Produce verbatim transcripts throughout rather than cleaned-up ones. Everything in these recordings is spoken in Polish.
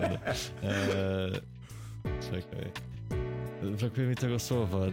fajnie. Eee, czekaj. Brakuje mi tego słowa.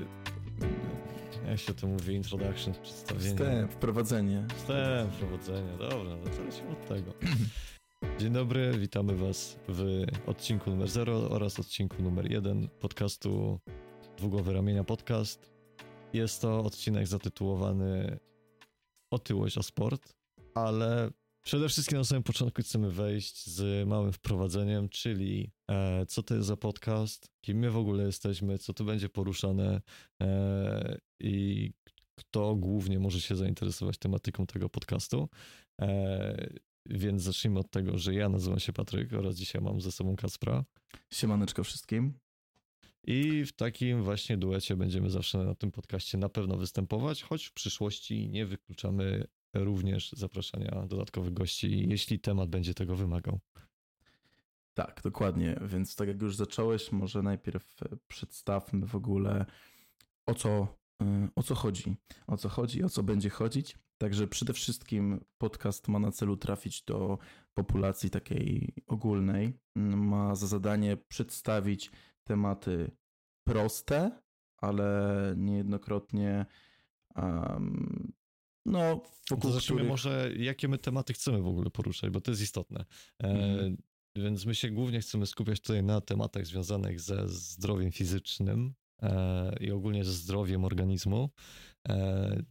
Jak się to mówi? Introduction, przedstawienie. Wstęp, wprowadzenie. Wstęp, wprowadzenie. Dobra, no to lecimy od tego. Dzień dobry, witamy was w odcinku numer zero oraz odcinku numer jeden podcastu Dwugłowy Ramienia Podcast. Jest to odcinek zatytułowany Otyłość o sport, ale przede wszystkim na samym początku chcemy wejść z małym wprowadzeniem, czyli e, co to jest za podcast, kim my w ogóle jesteśmy, co tu będzie poruszane e, i kto głównie może się zainteresować tematyką tego podcastu. E, więc zacznijmy od tego, że ja nazywam się Patryk oraz dzisiaj mam ze sobą Kacpra. Siemaneczko wszystkim. I w takim właśnie duecie będziemy zawsze na tym podcaście na pewno występować, choć w przyszłości nie wykluczamy również zapraszania dodatkowych gości, jeśli temat będzie tego wymagał. Tak, dokładnie, więc tak jak już zacząłeś, może najpierw przedstawmy w ogóle o co, o co chodzi, o co chodzi i o co będzie chodzić. Także przede wszystkim podcast ma na celu trafić do populacji takiej ogólnej. Ma za zadanie przedstawić tematy proste, ale niejednokrotnie um, no wokół to zacznijmy których... może, jakie my tematy chcemy w ogóle poruszać, bo to jest istotne. Mm. E, więc my się głównie chcemy skupiać tutaj na tematach związanych ze zdrowiem fizycznym e, i ogólnie ze zdrowiem organizmu. E,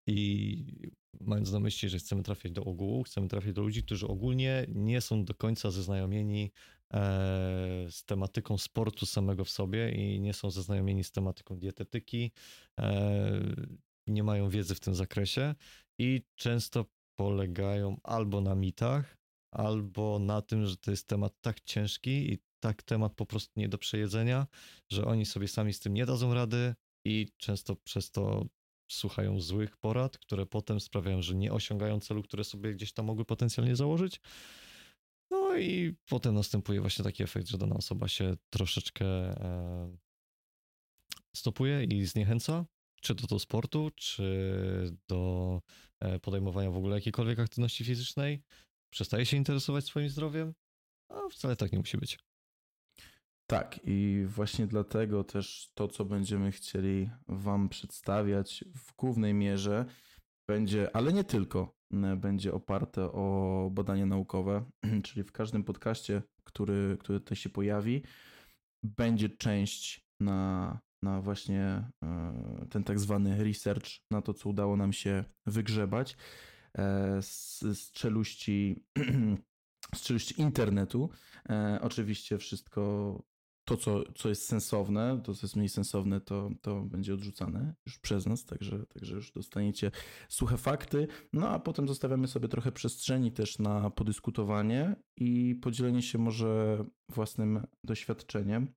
I mając na myśli, że chcemy trafiać do ogółu, chcemy trafić do ludzi, którzy ogólnie nie są do końca zaznajomieni e, z tematyką sportu samego w sobie i nie są zaznajomieni z tematyką dietetyki, e, nie mają wiedzy w tym zakresie i często polegają albo na mitach, albo na tym, że to jest temat tak ciężki i tak temat po prostu nie do przejedzenia, że oni sobie sami z tym nie dadzą rady i często przez to słuchają złych porad, które potem sprawiają, że nie osiągają celu, które sobie gdzieś tam mogły potencjalnie założyć. No i potem następuje właśnie taki efekt, że dana osoba się troszeczkę e, stopuje i zniechęca, czy to do sportu, czy do e, podejmowania w ogóle jakiejkolwiek aktywności fizycznej, przestaje się interesować swoim zdrowiem, a wcale tak nie musi być. Tak, i właśnie dlatego też to, co będziemy chcieli wam przedstawiać w głównej mierze będzie, ale nie tylko, będzie oparte o badania naukowe, czyli w każdym podcaście, który, który tutaj się pojawi, będzie część na, na właśnie ten tak zwany research, na to, co udało nam się wygrzebać z, z czeluści z czeluści internetu. Oczywiście wszystko to, co, co jest sensowne, to, co jest mniej sensowne, to, to będzie odrzucane już przez nas, także, także już dostaniecie suche fakty. No a potem zostawiamy sobie trochę przestrzeni też na podyskutowanie i podzielenie się może własnym doświadczeniem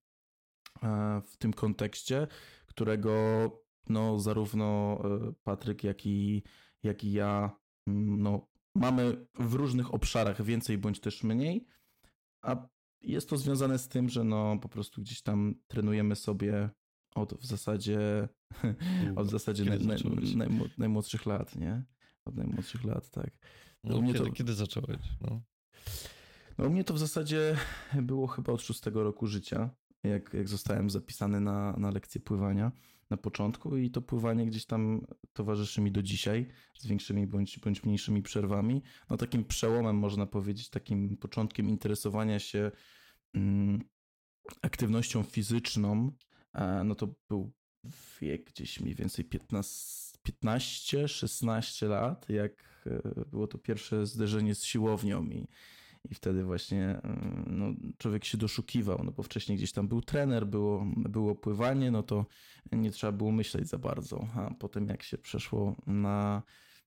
w tym kontekście, którego no, zarówno Patryk, jak i, jak i ja no, mamy w różnych obszarach więcej bądź też mniej, a jest to związane z tym, że no po prostu gdzieś tam trenujemy sobie od w zasadzie od w zasadzie naj, naj, naj, najmłodszych lat, nie? Od najmłodszych lat, tak. No, u mnie kiedy, to, kiedy zacząłeś? No. no u mnie to w zasadzie było chyba od szóstego roku życia, jak, jak zostałem zapisany na, na lekcję pływania na początku i to pływanie gdzieś tam towarzyszy mi do dzisiaj z większymi bądź, bądź mniejszymi przerwami. No takim przełomem można powiedzieć, takim początkiem interesowania się mm, aktywnością fizyczną, no to był wiek gdzieś mniej więcej piętnaście szesnaście lat, jak było to pierwsze zderzenie z siłownią i I wtedy właśnie no, człowiek się doszukiwał, no bo wcześniej gdzieś tam był trener, było, było pływanie, no to nie trzeba było myśleć za bardzo. A potem jak się przeszło na,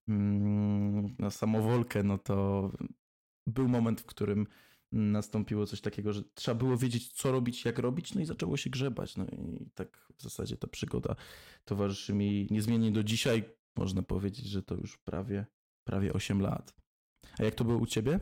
na samowolkę, no to był moment, w którym nastąpiło coś takiego, że trzeba było wiedzieć, co robić, jak robić, no i zaczęło się grzebać. No i tak w zasadzie ta przygoda towarzyszy mi niezmiennie do dzisiaj. Można powiedzieć, że to już prawie, prawie osiem lat. A jak to było u ciebie?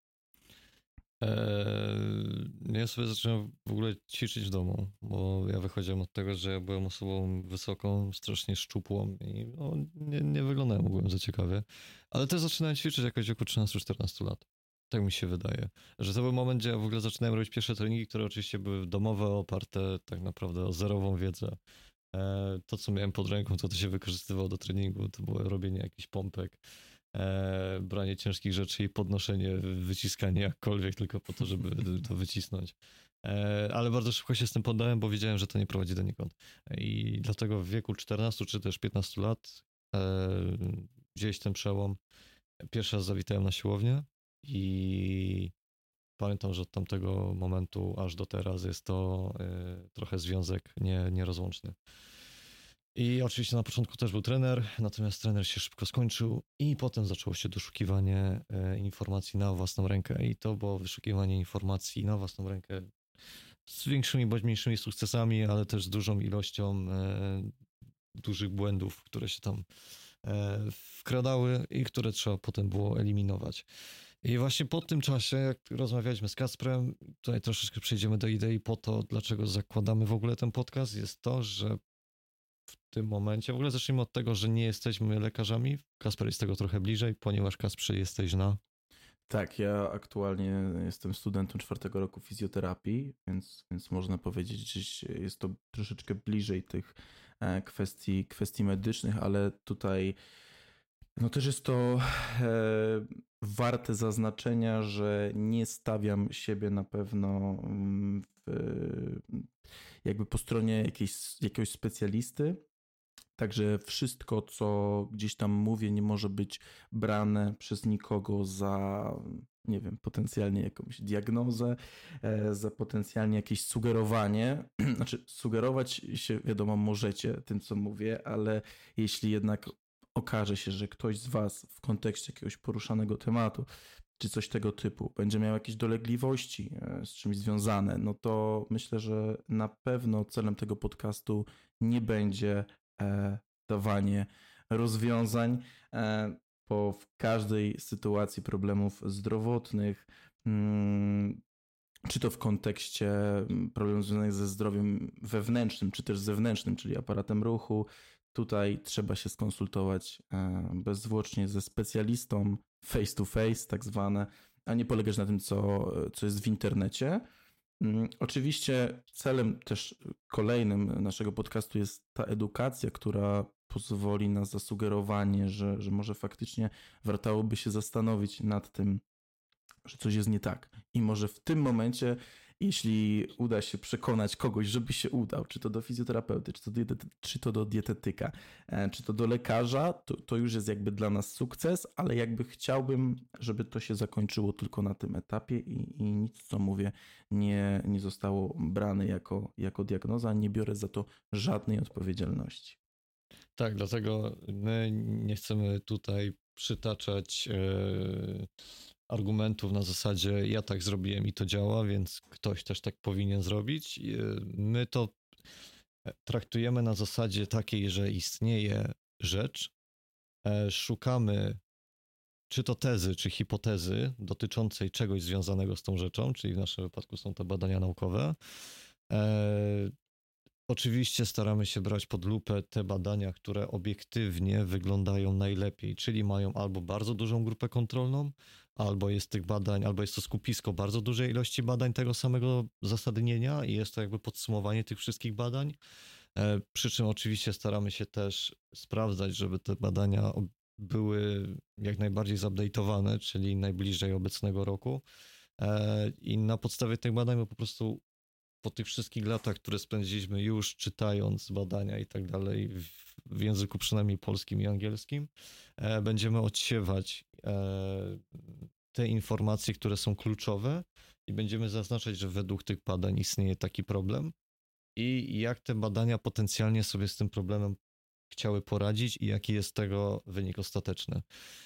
Ja sobie zacząłem w ogóle ćwiczyć w domu, bo ja wychodziłem od tego, że ja byłem osobą wysoką, strasznie szczupłą i no, nie, nie wyglądałem ogólnie za ciekawie, ale też zaczynałem ćwiczyć jakoś w wieku trzynastu czternastu lat. Tak mi się wydaje, że to był moment, gdzie ja w ogóle zaczynałem robić pierwsze treningi, które oczywiście były domowe, oparte tak naprawdę o zerową wiedzę. E, to, co miałem pod ręką, to to się wykorzystywało do treningu, to było robienie jakichś pompek, e, branie ciężkich rzeczy i podnoszenie, wyciskanie jakkolwiek, tylko po to, żeby to wycisnąć. E, ale bardzo szybko się z tym poddałem, bo wiedziałem, że to nie prowadzi donikąd. I dlatego w wieku czternastu czy też piętnastu lat e, gdzieś ten przełom. Pierwszy raz zawitałem na siłownię i pamiętam, że od tamtego momentu aż do teraz jest to y, trochę związek nie, nierozłączny. I oczywiście na początku też był trener, natomiast trener się szybko skończył i potem zaczęło się doszukiwanie y, informacji na własną rękę i to było wyszukiwanie informacji na własną rękę z większymi bądź mniejszymi sukcesami, ale też z dużą ilością y, dużych błędów, które się tam y, wkradały i które trzeba potem było eliminować. I właśnie po tym czasie, jak rozmawialiśmy z Kacprem, tutaj troszeczkę przejdziemy do idei po to, dlaczego zakładamy w ogóle ten podcast, jest to, że w tym momencie, w ogóle zacznijmy od tego, że nie jesteśmy lekarzami. Kacper jest tego trochę bliżej, ponieważ Kacprze jesteś na... Tak, ja aktualnie jestem studentem czwartego roku fizjoterapii, więc, więc można powiedzieć, że jest to troszeczkę bliżej tych kwestii, kwestii medycznych, ale tutaj no też jest to e, warte zaznaczenia, że nie stawiam siebie na pewno w, jakby po stronie jakiejś, jakiegoś specjalisty. Także wszystko, co gdzieś tam mówię, nie może być brane przez nikogo za, nie wiem, potencjalnie jakąś diagnozę, za potencjalnie jakieś sugerowanie. Znaczy, sugerować się, wiadomo, możecie tym, co mówię, ale jeśli jednak okaże się, że ktoś z was w kontekście jakiegoś poruszanego tematu, czy coś tego typu, będzie miał jakieś dolegliwości z czymś związane, no to myślę, że na pewno celem tego podcastu nie będzie e, dawanie rozwiązań, e, bo w każdej sytuacji problemów zdrowotnych, mm, czy to w kontekście problemów związanych ze zdrowiem wewnętrznym, czy też zewnętrznym, czyli aparatem ruchu, tutaj trzeba się skonsultować bezzwłocznie ze specjalistą, face to face tak zwane, a nie polegać na tym, co, co jest w internecie. Oczywiście celem też kolejnym naszego podcastu jest ta edukacja, która pozwoli na zasugerowanie, że, że może faktycznie wartałoby się zastanowić nad tym, że coś jest nie tak. I może w tym momencie, jeśli uda się przekonać kogoś, żeby się udał, czy to do fizjoterapeuty, czy to do, dietety, czy to do dietetyka, czy to do lekarza, to, to już jest jakby dla nas sukces, ale jakby chciałbym, żeby to się zakończyło tylko na tym etapie i, i nic, co mówię, nie, nie zostało brane jako, jako diagnoza, nie biorę za to żadnej odpowiedzialności. Tak, dlatego my nie chcemy tutaj przytaczać yy, argumentów na zasadzie ja tak zrobiłem i to działa, więc ktoś też tak powinien zrobić. Yy, my to traktujemy na zasadzie takiej, że istnieje rzecz, yy, szukamy czy to tezy, czy hipotezy dotyczącej czegoś związanego z tą rzeczą, czyli w naszym wypadku są to badania naukowe. Yy, Oczywiście staramy się brać pod lupę te badania, które obiektywnie wyglądają najlepiej, czyli mają albo bardzo dużą grupę kontrolną, albo jest tych badań, albo jest to skupisko bardzo dużej ilości badań tego samego zasadnienia i jest to jakby podsumowanie tych wszystkich badań. Przy czym oczywiście staramy się też sprawdzać, żeby te badania były jak najbardziej zupdate'owane, czyli najbliżej obecnego roku. I na podstawie tych badań my po prostu po tych wszystkich latach, które spędziliśmy już czytając badania i tak dalej w, w języku przynajmniej polskim i angielskim, e, będziemy odsiewać e, te informacje, które są kluczowe i będziemy zaznaczać, że według tych badań istnieje taki problem i jak te badania potencjalnie sobie z tym problemem chciały poradzić i jaki jest tego wynik ostateczny.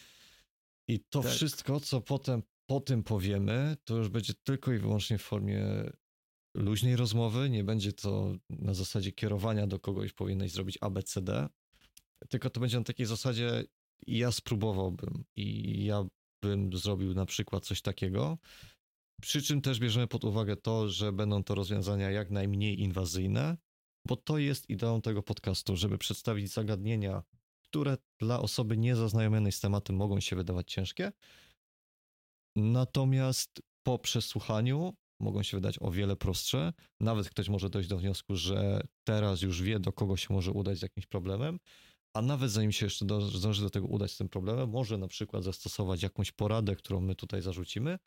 I to tak. Wszystko, co potem po tym powiemy, to już będzie tylko i wyłącznie w formie luźnej rozmowy, nie będzie to na zasadzie kierowania do kogoś, powinieneś zrobić A, B, C, D, tylko to będzie na takiej zasadzie ja spróbowałbym i ja bym zrobił na przykład coś takiego, przy czym też bierzemy pod uwagę to, że będą to rozwiązania jak najmniej inwazyjne, bo to jest ideą tego podcastu, żeby przedstawić zagadnienia, które dla osoby niezaznajomionej z tematem mogą się wydawać ciężkie, Natomiast po przesłuchaniu mogą się wydać o wiele prostsze. Nawet ktoś może dojść do wniosku, że teraz już wie, do kogo się może udać z jakimś problemem, a nawet zanim się jeszcze do, zdąży do tego udać z tym problemem, może na przykład zastosować jakąś poradę, którą my tutaj zarzucimy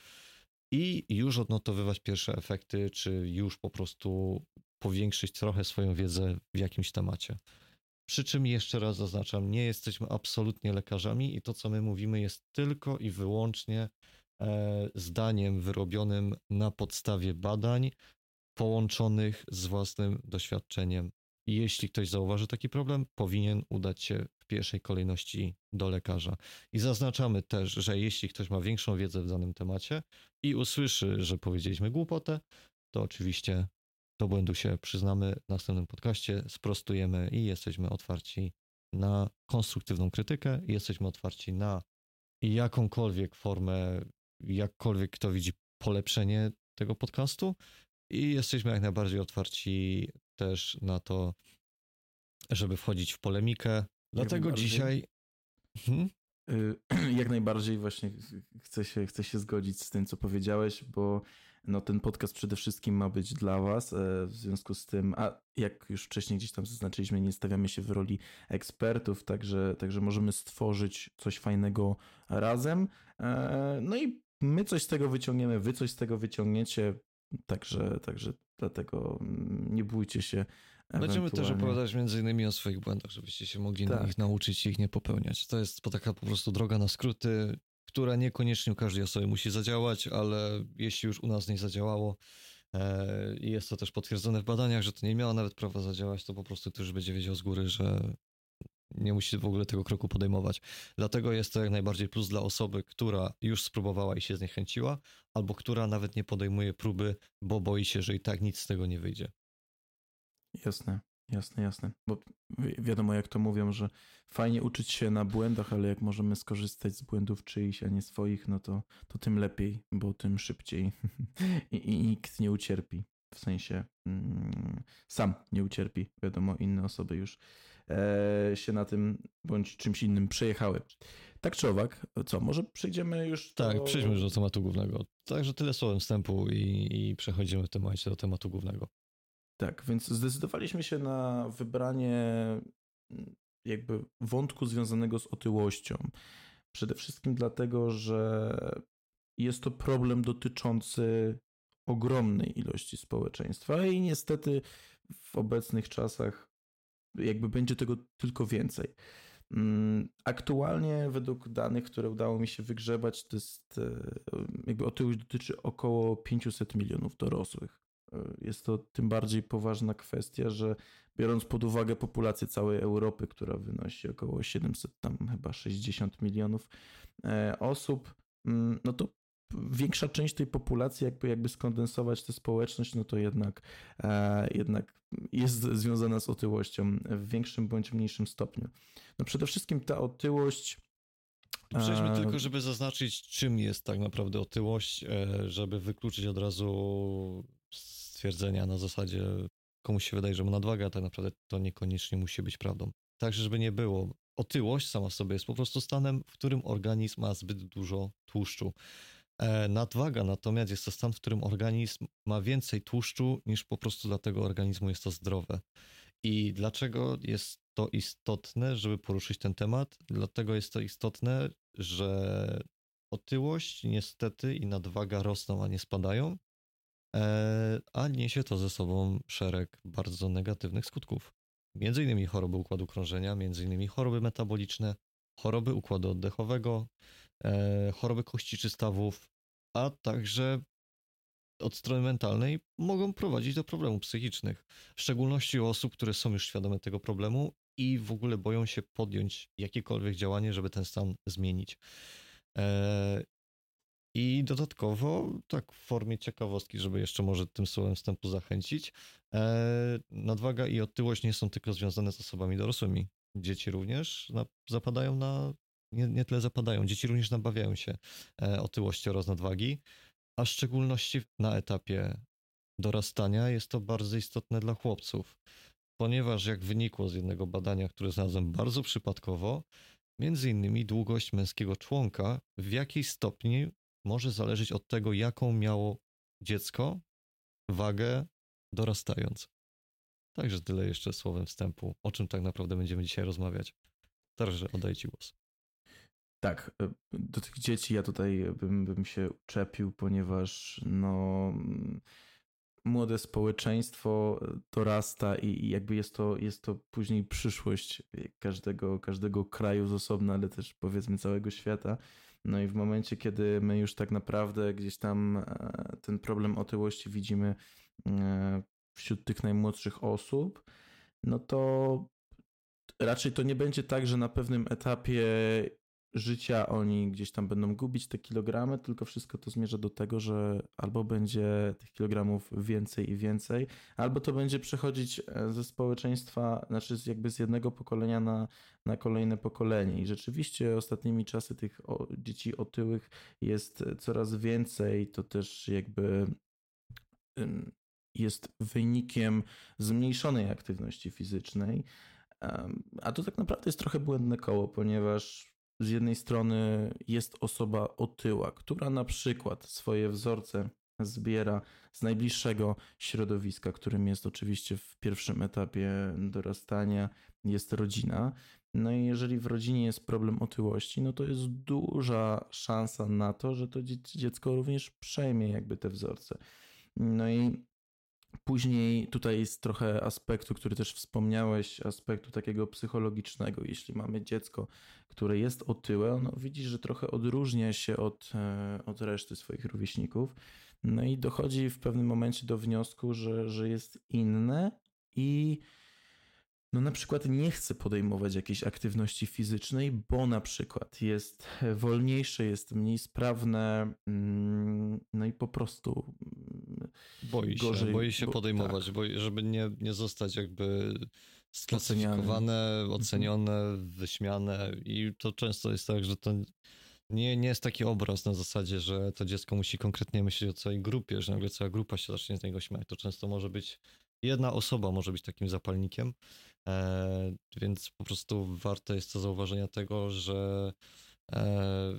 i już odnotowywać pierwsze efekty, czy już po prostu powiększyć trochę swoją wiedzę w jakimś temacie. Przy czym jeszcze raz zaznaczam, nie jesteśmy absolutnie lekarzami i to, co my mówimy, jest tylko i wyłącznie e, zdaniem wyrobionym na podstawie badań połączonych z własnym doświadczeniem. I jeśli ktoś zauważy taki problem, powinien udać się w pierwszej kolejności do lekarza. I zaznaczamy też, że jeśli ktoś ma większą wiedzę w danym temacie i usłyszy, że powiedzieliśmy głupotę, to oczywiście do błędu się przyznamy w następnym podcaście, sprostujemy i jesteśmy otwarci na konstruktywną krytykę i jesteśmy otwarci na jakąkolwiek formę, jakkolwiek kto widzi polepszenie tego podcastu i jesteśmy jak najbardziej otwarci też na to, żeby wchodzić w polemikę. Dlatego dzisiaj... Hmm? Jak najbardziej właśnie chcę się, chcę się zgodzić z tym, co powiedziałeś, bo no, ten podcast przede wszystkim ma być dla was, w związku z tym, a jak już wcześniej gdzieś tam zaznaczyliśmy, nie stawiamy się w roli ekspertów, także, także możemy stworzyć coś fajnego razem, no i my coś z tego wyciągniemy, wy coś z tego wyciągniecie, także, także dlatego nie bójcie się. Będziemy też opowiadać między innymi o swoich błędach, żebyście się mogli tak. na nich nauczyć i ich nie popełniać. To jest taka po prostu droga na skróty, która niekoniecznie u każdej osoby musi zadziałać, ale jeśli już u nas nie zadziałało i e, jest to też potwierdzone w badaniach, że to nie miało nawet prawa zadziałać, to po prostu ktoś będzie wiedział z góry, że nie musi w ogóle tego kroku podejmować. Dlatego jest to jak najbardziej plus dla osoby, która już spróbowała i się zniechęciła, albo która nawet nie podejmuje próby, bo boi się, że i tak nic z tego nie wyjdzie. Jasne, jasne, jasne. Bo wi- wiadomo, jak to mówią, że fajnie uczyć się na błędach, ale jak możemy skorzystać z błędów czyichś, a nie swoich, no to, to tym lepiej, bo tym szybciej I, i nikt nie ucierpi. W sensie mm, sam nie ucierpi. Wiadomo, inne osoby już e, się na tym bądź czymś innym przejechały. Tak czy owak, co, może przejdziemy już do... Tak, przejdźmy już do tematu głównego. Także tyle słowem wstępu i, i przechodzimy w tym momencie do tematu głównego. Tak, więc zdecydowaliśmy się na wybranie jakby wątku związanego z otyłością. Przede wszystkim dlatego, że jest to problem dotyczący ogromnej ilości społeczeństwa i niestety w obecnych czasach jakby będzie tego tylko więcej. Aktualnie według danych, które udało mi się wygrzebać, to jest jakby otyłość dotyczy około pięćset milionów dorosłych. Jest to tym bardziej poważna kwestia, że biorąc pod uwagę populację całej Europy, która wynosi około siedemset, tam chyba sześćdziesiąt milionów osób, no to większa część tej populacji, jakby, jakby skondensować tę społeczność, no to jednak, jednak jest związana z otyłością w większym bądź mniejszym stopniu. No przede wszystkim ta otyłość... Przejdźmy tylko, żeby zaznaczyć, czym jest tak naprawdę otyłość, żeby wykluczyć od razu stwierdzenia na zasadzie, komuś się wydaje, że ma nadwagę, a tak naprawdę to niekoniecznie musi być prawdą. Także, żeby nie było, otyłość sama w sobie jest po prostu stanem, w którym organizm ma zbyt dużo tłuszczu. E, nadwaga natomiast jest to stan, w którym organizm ma więcej tłuszczu niż po prostu dla tego organizmu jest to zdrowe. I dlaczego jest to istotne, żeby poruszyć ten temat? Dlatego jest to istotne, że otyłość niestety i nadwaga rosną, a nie spadają, a niesie to ze sobą szereg bardzo negatywnych skutków. Między innymi choroby układu krążenia, między innymi choroby metaboliczne, choroby układu oddechowego, choroby kości czy stawów, a także od strony mentalnej mogą prowadzić do problemów psychicznych. W szczególności u osób, które są już świadome tego problemu i w ogóle boją się podjąć jakiekolwiek działanie, żeby ten stan zmienić. I dodatkowo, tak w formie ciekawostki, żeby jeszcze może tym słowem wstępu zachęcić, e, nadwaga i otyłość nie są tylko związane z osobami dorosłymi. Dzieci również na, zapadają na, nie, nie tyle zapadają, dzieci również nabawiają się e, otyłości oraz nadwagi, a w szczególności na etapie dorastania jest to bardzo istotne dla chłopców, ponieważ jak wynikło z jednego badania, które znalazłem bardzo przypadkowo, między innymi długość męskiego członka w jakiejś stopniu może zależeć od tego, jaką miało dziecko wagę dorastając. Także tyle jeszcze słowem wstępu, o czym tak naprawdę będziemy dzisiaj rozmawiać. Także oddaję ci głos. Tak, do tych dzieci ja tutaj bym, bym się uczepił, ponieważ no, młode społeczeństwo dorasta i jakby jest to, jest to później przyszłość każdego, każdego kraju z osobna, ale też powiedzmy całego świata. No i w momencie, kiedy my już tak naprawdę gdzieś tam ten problem otyłości widzimy wśród tych najmłodszych osób, no to raczej to nie będzie tak, że na pewnym etapie życia oni gdzieś tam będą gubić te kilogramy, tylko wszystko to zmierza do tego, że albo będzie tych kilogramów więcej i więcej, albo to będzie przechodzić ze społeczeństwa, znaczy jakby z jednego pokolenia na, na kolejne pokolenie. I rzeczywiście ostatnimi czasy tych o, dzieci otyłych jest coraz więcej, to też jakby jest wynikiem zmniejszonej aktywności fizycznej, a to tak naprawdę jest trochę błędne koło, ponieważ z jednej strony jest osoba otyła, która na przykład swoje wzorce zbiera z najbliższego środowiska, którym jest oczywiście w pierwszym etapie dorastania, jest rodzina. No i jeżeli w rodzinie jest problem otyłości, no to jest duża szansa na to, że to dziecko również przejmie jakby te wzorce. No i później tutaj jest trochę aspektu, który też wspomniałeś, aspektu takiego psychologicznego. Jeśli mamy dziecko, które jest otyłe, ono widzi, że trochę odróżnia się od, od reszty swoich rówieśników. No i dochodzi w pewnym momencie do wniosku, że, że jest inne i no na przykład nie chce podejmować jakiejś aktywności fizycznej, bo na przykład jest wolniejsze, jest mniej sprawne, no i po prostu boi się, gorzej, boi się bo, podejmować, tak. boi, żeby nie, nie zostać jakby sklasyfikowane, ocenione, mhm. wyśmiane i to często jest tak, że to nie, nie jest taki obraz na zasadzie, że to dziecko musi konkretnie myśleć o całej grupie, że nagle cała grupa się zacznie z niego śmiać. To często może być jedna osoba może być takim zapalnikiem, e, więc po prostu warte jest to zauważenia tego, że e,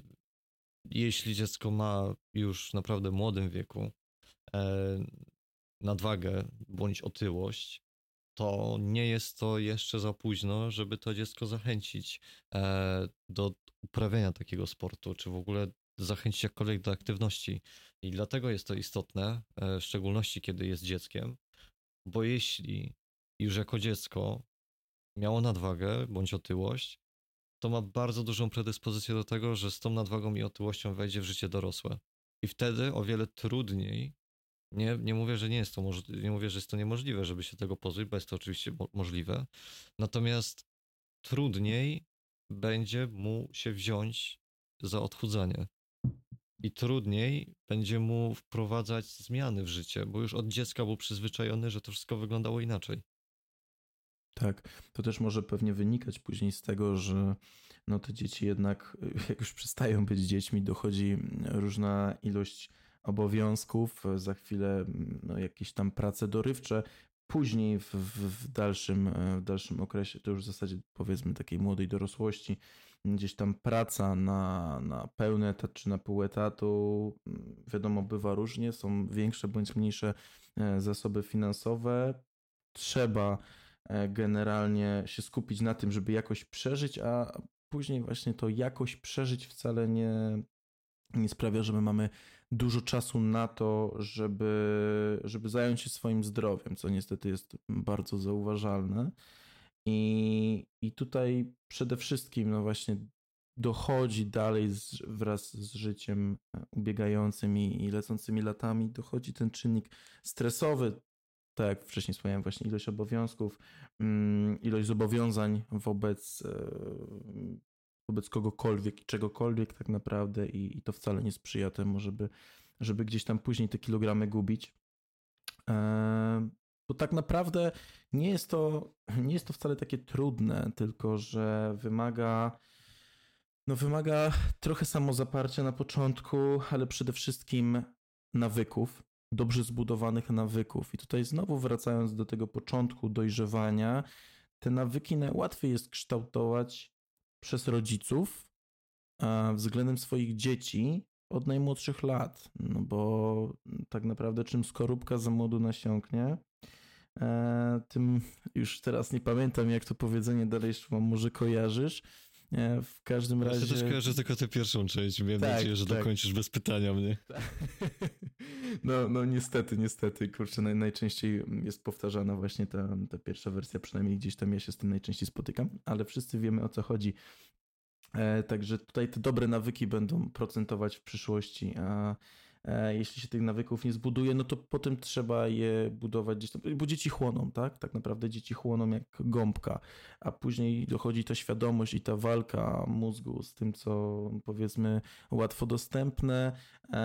jeśli dziecko ma już w naprawdę młodym wieku e, nadwagę bądź otyłość, to nie jest to jeszcze za późno, żeby to dziecko zachęcić e, do uprawiania takiego sportu, czy w ogóle zachęcić jakkolwiek do aktywności. I dlatego jest to istotne, e, w szczególności kiedy jest dzieckiem, bo jeśli już jako dziecko miało nadwagę bądź otyłość, to ma bardzo dużą predyspozycję do tego, że z tą nadwagą i otyłością wejdzie w życie dorosłe. I wtedy o wiele trudniej, nie, nie mówię, że nie jest to możliwe, nie mówię, że jest to niemożliwe, żeby się tego pozbyć, bo jest to oczywiście mo- możliwe, natomiast trudniej będzie mu się wziąć za odchudzanie. I trudniej będzie mu wprowadzać zmiany w życie, bo już od dziecka był przyzwyczajony, że to wszystko wyglądało inaczej. Tak, to też może pewnie wynikać później z tego, że no te dzieci jednak, jak już przestają być dziećmi, dochodzi różna ilość obowiązków, za chwilę no, jakieś tam prace dorywcze, później w, w, w, dalszym, w dalszym okresie, to już w zasadzie powiedzmy takiej młodej dorosłości, gdzieś tam praca na, na pełny etat czy na pół etatu, wiadomo, bywa różnie, są większe bądź mniejsze zasoby finansowe, trzeba generalnie się skupić na tym, żeby jakoś przeżyć, a później właśnie to jakoś przeżyć wcale nie, nie sprawia, że my mamy dużo czasu na to, żeby, żeby zająć się swoim zdrowiem, co niestety jest bardzo zauważalne. I, i tutaj przede wszystkim no właśnie dochodzi dalej z, wraz z życiem ubiegającym i, i lecącymi latami, dochodzi ten czynnik stresowy, tak jak wcześniej wspomniałem, właśnie ilość obowiązków, ilość zobowiązań wobec, wobec kogokolwiek i czegokolwiek tak naprawdę i, i to wcale nie sprzyja temu, żeby, żeby gdzieś tam później te kilogramy gubić. Bo tak naprawdę nie jest to, nie jest to wcale takie trudne, tylko że wymaga, no wymaga trochę samozaparcia na początku, ale przede wszystkim nawyków, dobrze zbudowanych nawyków. I tutaj znowu wracając do tego początku dojrzewania, te nawyki najłatwiej jest kształtować przez rodziców względem swoich dzieci, od najmłodszych lat, no bo tak naprawdę czym skorupka za młodu nasiąknie, e, tym już teraz nie pamiętam, jak to powiedzenie dalej szło, może kojarzysz. E, w każdym ja razie... Ja też kojarzę tylko tę pierwszą część, miałem tak, nadzieję, że tak. dokończysz bez pytania mnie. No, no niestety, niestety, kurczę, naj, najczęściej jest powtarzana właśnie ta, ta pierwsza wersja, przynajmniej gdzieś tam ja się z tym najczęściej spotykam, ale wszyscy wiemy, o co chodzi. E, także tutaj te dobre nawyki będą procentować w przyszłości, a e, jeśli się tych nawyków nie zbuduje, no to potem trzeba je budować gdzieś tam, bo dzieci chłoną, tak? Tak naprawdę dzieci chłoną jak gąbka, a później dochodzi ta świadomość i ta walka mózgu z tym, co powiedzmy łatwo dostępne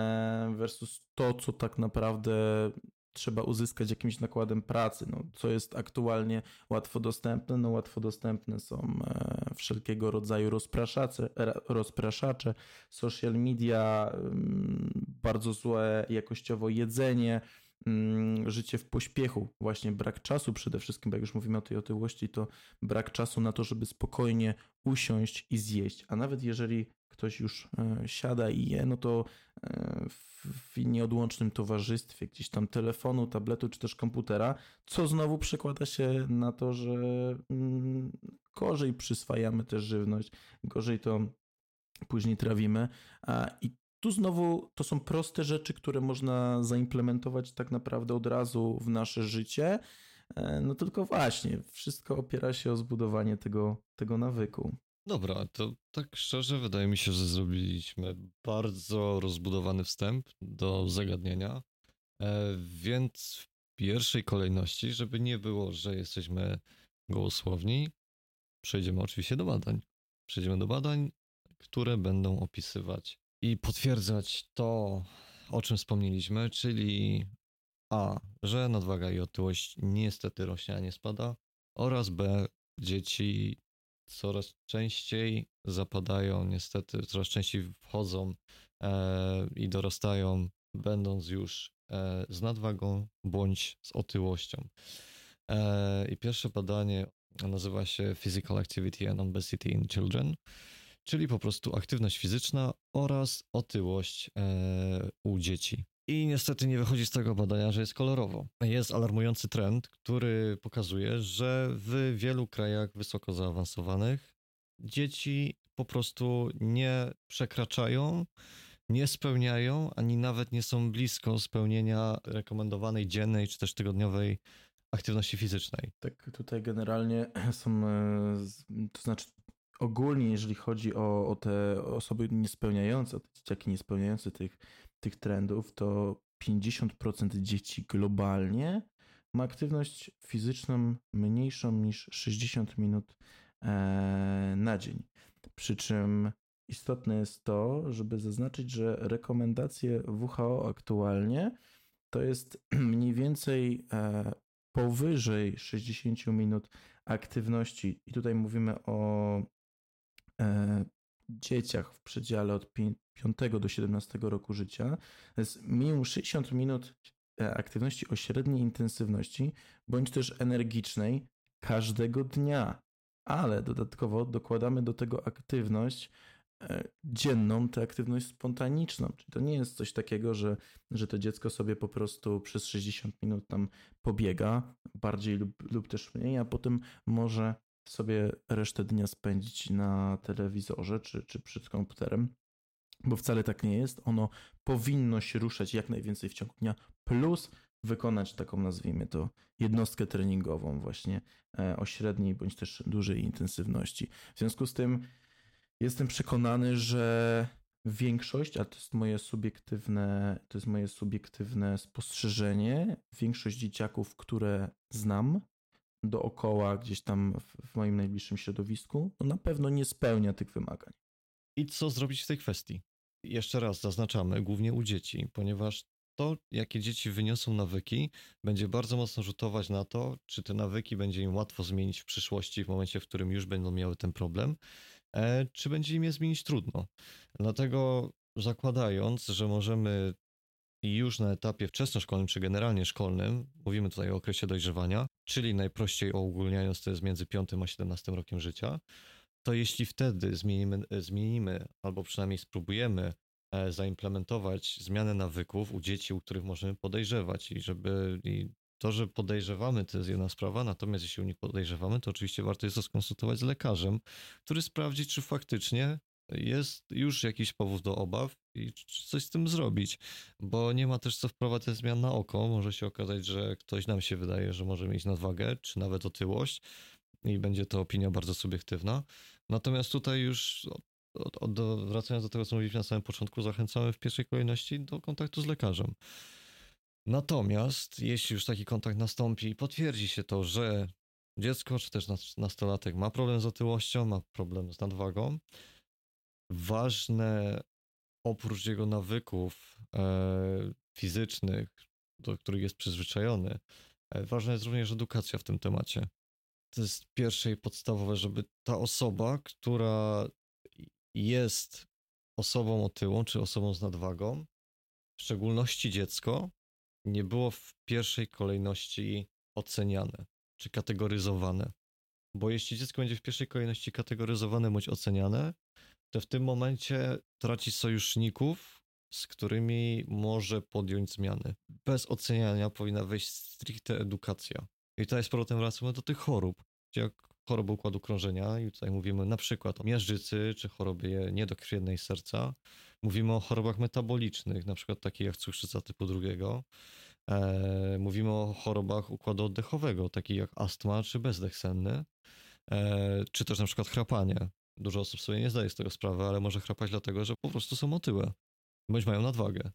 e, versus to, co tak naprawdę trzeba uzyskać jakimś nakładem pracy, no, co jest aktualnie łatwo dostępne. No, łatwo dostępne są e, wszelkiego rodzaju rozpraszacze, rozpraszacze, social media, m, bardzo złe jakościowo jedzenie, m, życie w pośpiechu, właśnie brak czasu przede wszystkim, bo jak już mówimy o tej otyłości, to brak czasu na to, żeby spokojnie usiąść i zjeść, a nawet jeżeli ktoś już e, siada i je, no to e, w nieodłącznym towarzystwie, gdzieś tam telefonu, tabletu czy też komputera, co znowu przekłada się na to, że mm, gorzej przyswajamy też żywność, gorzej to później trawimy. A, i tu znowu to są proste rzeczy, które można zaimplementować tak naprawdę od razu w nasze życie, e, no tylko właśnie, wszystko opiera się o zbudowanie tego, tego nawyku. Dobra, to tak szczerze wydaje mi się, że zrobiliśmy bardzo rozbudowany wstęp do zagadnienia, e, więc w pierwszej kolejności, żeby nie było, że jesteśmy gołosłowni, przejdziemy oczywiście do badań. Przejdziemy do badań, które będą opisywać i potwierdzać to, o czym wspomnieliśmy, czyli a, że nadwaga i otyłość niestety rośnie, a nie spada, oraz b, dzieci coraz częściej zapadają, niestety coraz częściej wchodzą e, i dorastają, będąc już e, z nadwagą bądź z otyłością. E, I pierwsze badanie nazywa się Physical Activity and Obesity in Children, czyli po prostu aktywność fizyczna oraz otyłość e, u dzieci. I niestety nie wychodzi z tego badania, że jest kolorowo. Jest alarmujący trend, który pokazuje, że w wielu krajach wysoko zaawansowanych dzieci po prostu nie przekraczają, nie spełniają, ani nawet nie są blisko spełnienia rekomendowanej dziennej czy też tygodniowej aktywności fizycznej. Tak, tutaj generalnie są, to znaczy ogólnie jeżeli chodzi o, o te osoby niespełniające, o te dzieciaki niespełniające tych tych trendów, to pięćdziesiąt procent dzieci globalnie ma aktywność fizyczną mniejszą niż sześćdziesiąt minut na dzień. Przy czym istotne jest to, żeby zaznaczyć, że rekomendacje W H O aktualnie to jest mniej więcej powyżej sześćdziesiąt minut aktywności. I tutaj mówimy o dzieciach w przedziale od piątego do siedemnastego roku życia. To jest minimum sześćdziesiąt minut aktywności o średniej intensywności, bądź też energicznej każdego dnia. Ale dodatkowo dokładamy do tego aktywność dzienną, tę aktywność spontaniczną. Czyli to nie jest coś takiego, że, że to dziecko sobie po prostu przez sześćdziesiąt minut tam pobiega, bardziej lub, lub też mniej, a potem może sobie resztę dnia spędzić na telewizorze czy, czy przed komputerem, bo wcale tak nie jest. Ono powinno się ruszać jak najwięcej w ciągu dnia, plus wykonać taką, nazwijmy to, jednostkę treningową właśnie o średniej bądź też dużej intensywności. W związku z tym jestem przekonany, że większość, a to jest moje subiektywne, to jest moje subiektywne spostrzeżenie, większość dzieciaków, które znam dookoła, gdzieś tam w, w moim najbliższym środowisku, no na pewno nie spełnia tych wymagań. I co zrobić w tej kwestii? Jeszcze raz zaznaczamy, głównie u dzieci, ponieważ to, jakie dzieci wyniosą nawyki, będzie bardzo mocno rzutować na to, czy te nawyki będzie im łatwo zmienić w przyszłości, w momencie, w którym już będą miały ten problem, e, czy będzie im je zmienić trudno. Dlatego zakładając, że możemy już na etapie wczesnoszkolnym, czy generalnie szkolnym, mówimy tutaj o okresie dojrzewania, czyli najprościej uogólniając, to jest między piątym a siedemnastym rokiem życia, to jeśli wtedy zmienimy, zmienimy albo przynajmniej spróbujemy zaimplementować zmianę nawyków u dzieci, u których możemy podejrzewać i żeby i to, że podejrzewamy, to jest jedna sprawa, natomiast jeśli u nich podejrzewamy, to oczywiście warto jest to skonsultować z lekarzem, który sprawdzi, czy faktycznie jest już jakiś powód do obaw i czy coś z tym zrobić, bo nie ma też co wprowadzać zmian na oko. Może się okazać, że ktoś nam się wydaje, że może mieć nadwagę, czy nawet otyłość i będzie to opinia bardzo subiektywna. Natomiast tutaj już od, od, do, wracając do tego, co mówiliśmy na samym początku, zachęcamy w pierwszej kolejności do kontaktu z lekarzem. Natomiast jeśli już taki kontakt nastąpi i potwierdzi się to, że dziecko czy też nastolatek ma problem z otyłością, ma problem z nadwagą, ważne oprócz jego nawyków e, fizycznych, do których jest przyzwyczajony, e, ważna jest również edukacja w tym temacie. To jest pierwsze i podstawowe, żeby ta osoba, która jest osobą otyłą czy osobą z nadwagą, w szczególności dziecko, nie było w pierwszej kolejności oceniane czy kategoryzowane. Bo jeśli dziecko będzie w pierwszej kolejności kategoryzowane bądź oceniane, to w tym momencie traci sojuszników, z którymi może podjąć zmiany. Bez oceniania powinna wejść stricte edukacja. I tutaj z powrotem wracamy do tych chorób, jak choroby układu krążenia i tutaj mówimy na przykład o miażdżycy czy chorobie niedokrwiennej serca. Mówimy o chorobach metabolicznych, na przykład takich jak cukrzyca typu drugiego. E, mówimy o chorobach układu oddechowego, takich jak astma czy bezdech senny, e, czy też na przykład chrapanie. Dużo osób sobie nie zdaje z tego sprawy, ale może chrapać dlatego, że po prostu są otyłe, bądź mają nadwagę.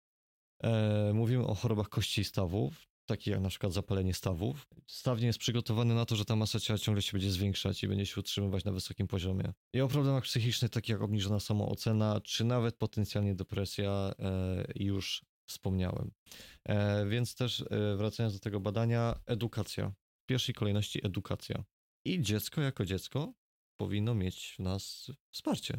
E, mówimy o chorobach kości i stawów, takich jak na przykład zapalenie stawów. Staw nie jest przygotowany na to, że ta masa ciała ciągle się będzie zwiększać i będzie się utrzymywać na wysokim poziomie. I o problemach psychicznych, takich jak obniżona samoocena, czy nawet potencjalnie depresja, e, już wspomniałem. E, więc też e, wracając do tego badania, edukacja. W pierwszej kolejności edukacja. I dziecko jako dziecko powinno mieć w nas wsparcie.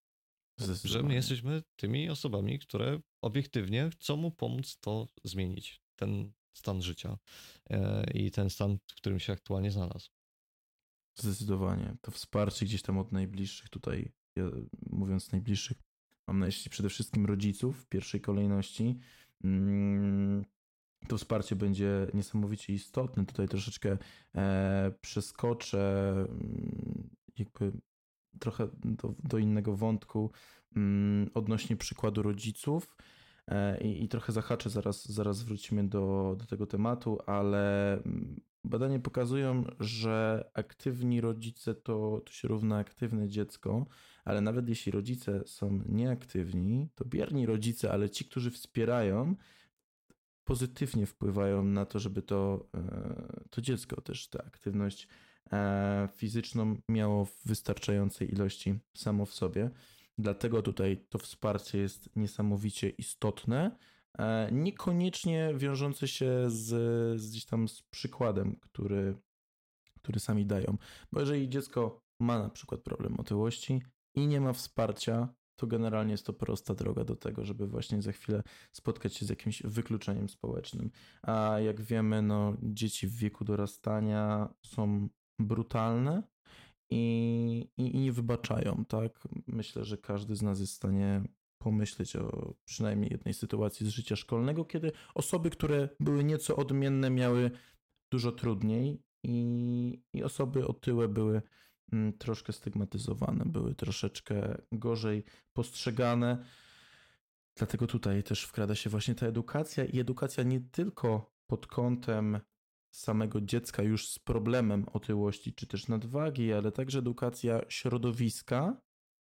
Że my jesteśmy tymi osobami, które obiektywnie chcą mu pomóc to zmienić, ten stan życia e, i ten stan, w którym się aktualnie znalazł. Zdecydowanie. To wsparcie gdzieś tam od najbliższych tutaj, ja, mówiąc najbliższych, mam na myśli przede wszystkim rodziców w pierwszej kolejności. Mm, to wsparcie będzie niesamowicie istotne. Tutaj troszeczkę e, przeskoczę mm, jakby trochę do, do innego wątku mm, odnośnie przykładu rodziców e, i, i trochę zahaczę, zaraz, zaraz wrócimy do, do tego tematu, ale badania pokazują, że aktywni rodzice to, to się równa aktywne dziecko, ale nawet jeśli rodzice są nieaktywni, to bierni rodzice, ale ci, którzy wspierają, pozytywnie wpływają na to, żeby to, to dziecko też tę aktywność fizyczną miało w wystarczającej ilości samo w sobie. Dlatego tutaj to wsparcie jest niesamowicie istotne, niekoniecznie wiążące się z, z gdzieś tam z przykładem, który, który sami dają. Bo jeżeli dziecko ma na przykład problem otyłości i nie ma wsparcia, to generalnie jest to prosta droga do tego, żeby właśnie za chwilę spotkać się z jakimś wykluczeniem społecznym. A jak wiemy, no, dzieci w wieku dorastania są brutalne i, i, i nie wybaczają, tak? Myślę, że każdy z nas jest w stanie pomyśleć o przynajmniej jednej sytuacji z życia szkolnego, kiedy osoby, które były nieco odmienne, miały dużo trudniej i, i osoby otyłe były troszkę stygmatyzowane, były troszeczkę gorzej postrzegane. Dlatego tutaj też wkrada się właśnie ta edukacja i edukacja nie tylko pod kątem samego dziecka już z problemem otyłości czy też nadwagi, ale także edukacja środowiska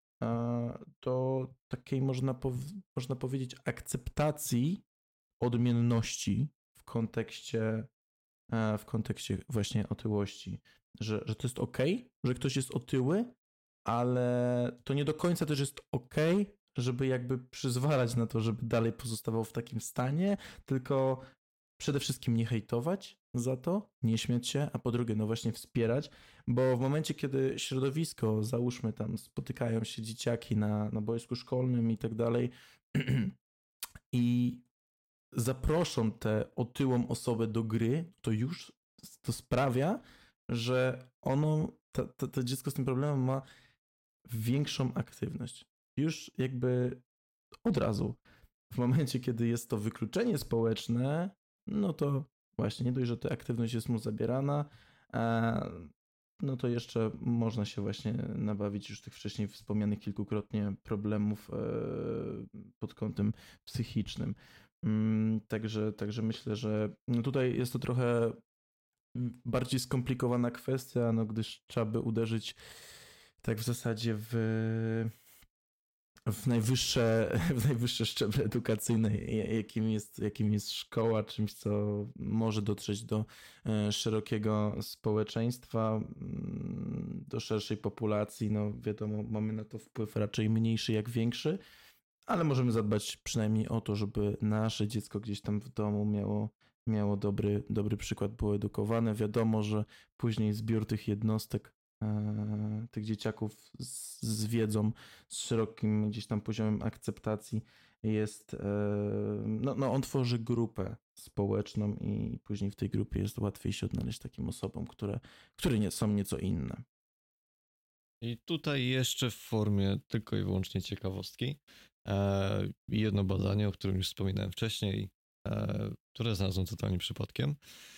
do takiej można, pow- można powiedzieć akceptacji odmienności w kontekście w kontekście właśnie otyłości, że, że to jest okej, że ktoś jest otyły, ale to nie do końca też jest okej, żeby jakby przyzwalać na to, żeby dalej pozostawał w takim stanie, tylko przede wszystkim nie hejtować za to, nie śmiać się, a po drugie, no właśnie wspierać, bo w momencie, kiedy środowisko, załóżmy tam, spotykają się dzieciaki na, na boisku szkolnym i tak dalej i zaproszą tę otyłą osobę do gry, to już to sprawia, że ono, to, to, to dziecko z tym problemem ma większą aktywność. Już jakby od razu. W momencie, kiedy jest to wykluczenie społeczne, no to właśnie nie dość, że ta aktywność jest mu zabierana, no to jeszcze można się właśnie nabawić już tych wcześniej wspomnianych kilkukrotnie problemów pod kątem psychicznym. Także, także myślę, że no tutaj jest to trochę bardziej skomplikowana kwestia, no gdyż trzeba by uderzyć tak w zasadzie w, w, najwyższe, w najwyższe szczeble edukacyjne, jakim jest, jakim jest szkoła, czymś, co może dotrzeć do szerokiego społeczeństwa, do szerszej populacji. No wiadomo, mamy na to wpływ raczej mniejszy jak większy, ale możemy zadbać przynajmniej o to, żeby nasze dziecko gdzieś tam w domu miało miało dobry, dobry przykład, było edukowane. Wiadomo, że później zbiór tych jednostek, e, tych dzieciaków z, z wiedzą, z szerokim gdzieś tam poziomem akceptacji jest, e, no, no on tworzy grupę społeczną i później w tej grupie jest łatwiej się odnaleźć takim osobom, które, które nie, są nieco inne. I tutaj jeszcze w formie tylko i wyłącznie ciekawostki e, jedno badanie, o którym już wspominałem wcześniej, które znalazłem totalnie przypadkiem.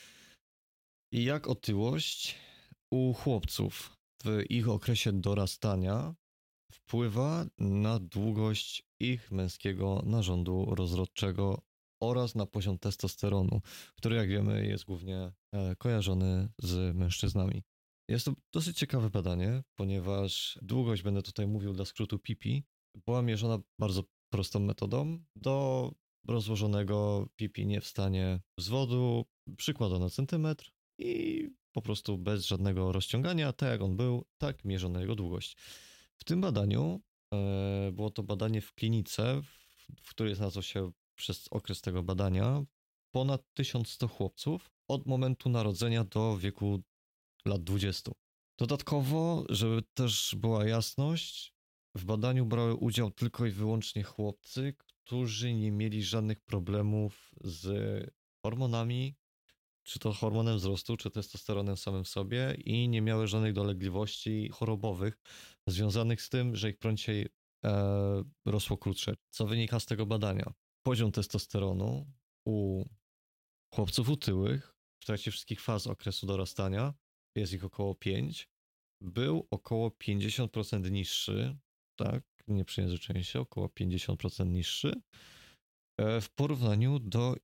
I jak otyłość u chłopców w ich okresie dorastania wpływa na długość ich męskiego narządu rozrodczego oraz na poziom testosteronu, który, jak wiemy, jest głównie kojarzony z mężczyznami. Jest to dosyć ciekawe badanie, ponieważ długość, będę tutaj mówił dla skrótu P P, była mierzona bardzo prostą metodą do rozłożonego P P nie w stanie wzwodu, przykładano centymetr i po prostu bez żadnego rozciągania, tak jak on był, tak mierzono jego długość. W tym badaniu, e, było to badanie w klinice, w, w której znalazło się przez okres tego badania ponad tysiąc sto chłopców od momentu narodzenia do wieku lat dwudziestu. Dodatkowo, żeby też była jasność, w badaniu brały udział tylko i wyłącznie chłopcy, którzy nie mieli żadnych problemów z hormonami, czy to hormonem wzrostu, czy testosteronem samym w sobie i nie miały żadnych dolegliwości chorobowych związanych z tym, że ich prąciej e, rosło krótsze. Co wynika z tego badania? Poziom testosteronu u chłopców otyłych w trakcie wszystkich faz okresu dorastania, jest ich około pięć, był około pięćdziesiąt procent niższy, tak, nie przejęzyczenie się, około pięćdziesiąt procent niższy w porównaniu do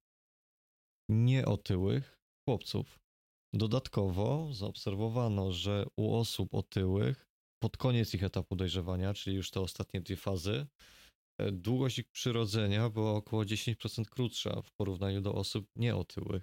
nieotyłych chłopców. Dodatkowo zaobserwowano, że u osób otyłych pod koniec ich etapu dojrzewania, czyli już te ostatnie dwie fazy, długość ich przyrodzenia była około dziesięć procent krótsza w porównaniu do osób nieotyłych.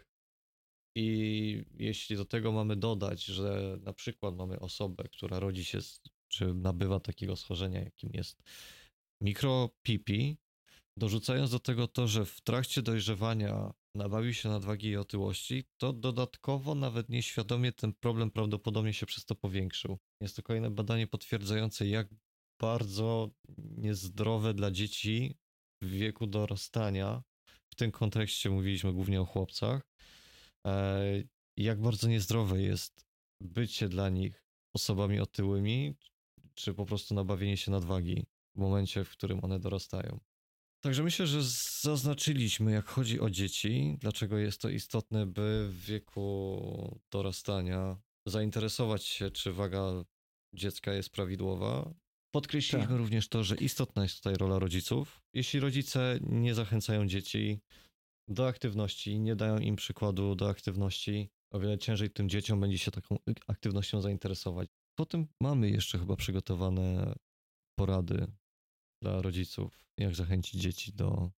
I jeśli do tego mamy dodać, że na przykład mamy osobę, która rodzi się, z, czy nabywa takiego schorzenia, jakim jest mikro-P P, dorzucając do tego to, że w trakcie dojrzewania nabawił się nadwagi i otyłości, to dodatkowo nawet nieświadomie ten problem prawdopodobnie się przez to powiększył. Jest to kolejne badanie potwierdzające, jak bardzo niezdrowe dla dzieci w wieku dorastania, w tym kontekście mówiliśmy głównie o chłopcach, jak bardzo niezdrowe jest bycie dla nich osobami otyłymi, czy po prostu nabawienie się nadwagi w momencie, w którym one dorastają. Także myślę, że zaznaczyliśmy, jak chodzi o dzieci, dlaczego jest to istotne, by w wieku dorastania zainteresować się, czy waga dziecka jest prawidłowa. Podkreśliliśmy tak. również to, że istotna jest tutaj rola rodziców. Jeśli rodzice nie zachęcają dzieci do aktywności, nie dają im przykładu do aktywności, o wiele ciężej tym dzieciom będzie się taką aktywnością zainteresować. Potem mamy jeszcze chyba przygotowane porady dla rodziców, jak zachęcić dzieci do,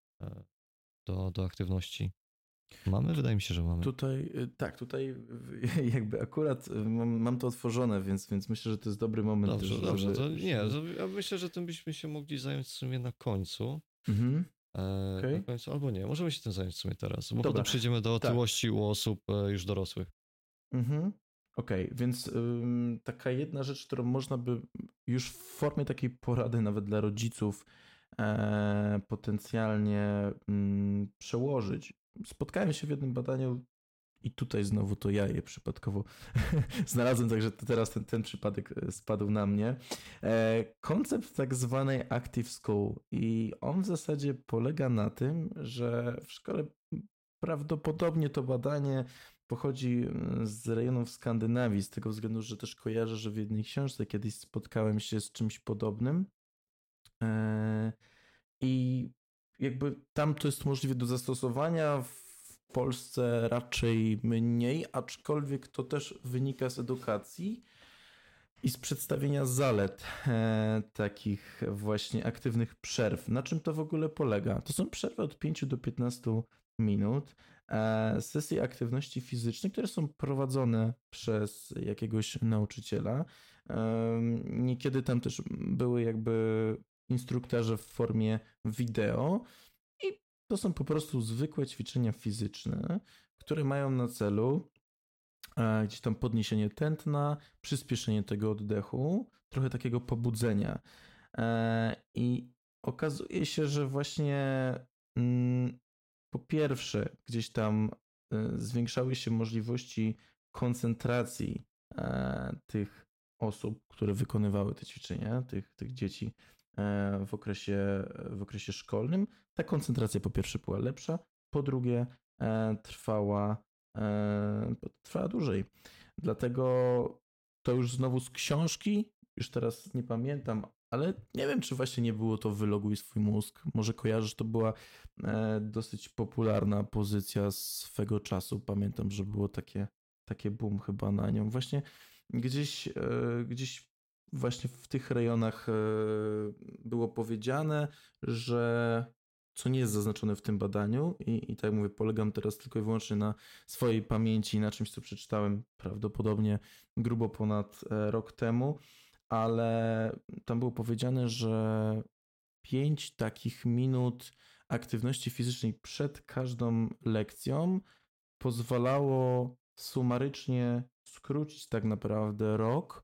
do, do aktywności. Mamy? Wydaje mi się, że mamy. Tutaj, tak, tutaj jakby akurat mam, mam to otworzone, więc, więc myślę, że to jest dobry moment. Dobrze, żeby, dobrze. To nie, to ja myślę, że tym byśmy się mogli zająć w sumie na końcu. Mhm. E, okay. Na końcu, albo nie, możemy się tym zająć w sumie teraz, bo Dobra. potem przejdziemy do otyłości tak. u osób już dorosłych. Mhm. Okej, okay, więc ym, taka jedna rzecz, którą można by już w formie takiej porady nawet dla rodziców e, potencjalnie mm, przełożyć. Spotkałem się w jednym badaniu I tutaj znowu to ja je przypadkowo znalazłem, także teraz ten, ten przypadek spadł na mnie. E, koncept tak zwanej Active School i on w zasadzie polega na tym, że w szkole prawdopodobnie to badanie pochodzi z rejonów Skandynawii, z tego względu, że też kojarzę, że w jednej książce kiedyś spotkałem się z czymś podobnym. E, I jakby tam to jest możliwe do zastosowania, w Polsce raczej mniej, aczkolwiek to też wynika z edukacji i z przedstawienia zalet e, takich właśnie aktywnych przerw. Na czym to w ogóle polega? To są przerwy od pięciu do piętnastu minut, e, sesje aktywności fizycznej, które są prowadzone przez jakiegoś nauczyciela. E, niekiedy tam też były jakby instruktaże w formie wideo i to są po prostu zwykłe ćwiczenia fizyczne, które mają na celu e, gdzieś tam podniesienie tętna, przyspieszenie tego oddechu, trochę takiego pobudzenia. E, I okazuje się, że właśnie mm, po pierwsze gdzieś tam e, zwiększały się możliwości koncentracji e, tych osób, które wykonywały te ćwiczenia, tych, tych dzieci w okresie, w okresie szkolnym. Ta koncentracja po pierwsze była lepsza, po drugie trwała, trwała dłużej. Dlatego to już znowu z książki, już teraz nie pamiętam, ale nie wiem, czy właśnie nie było to wyloguj swój mózg. Może kojarzysz, to była dosyć popularna pozycja swego czasu. Pamiętam, że było takie, takie boom chyba na nią. Właśnie gdzieś, gdzieś właśnie w tych rejonach było powiedziane, że co nie jest zaznaczone w tym badaniu i, i tak jak mówię, polegam teraz tylko i wyłącznie na swojej pamięci, na czymś, co przeczytałem prawdopodobnie grubo ponad rok temu, ale tam było powiedziane, że pięć takich minut aktywności fizycznej przed każdą lekcją pozwalało sumarycznie skrócić tak naprawdę rok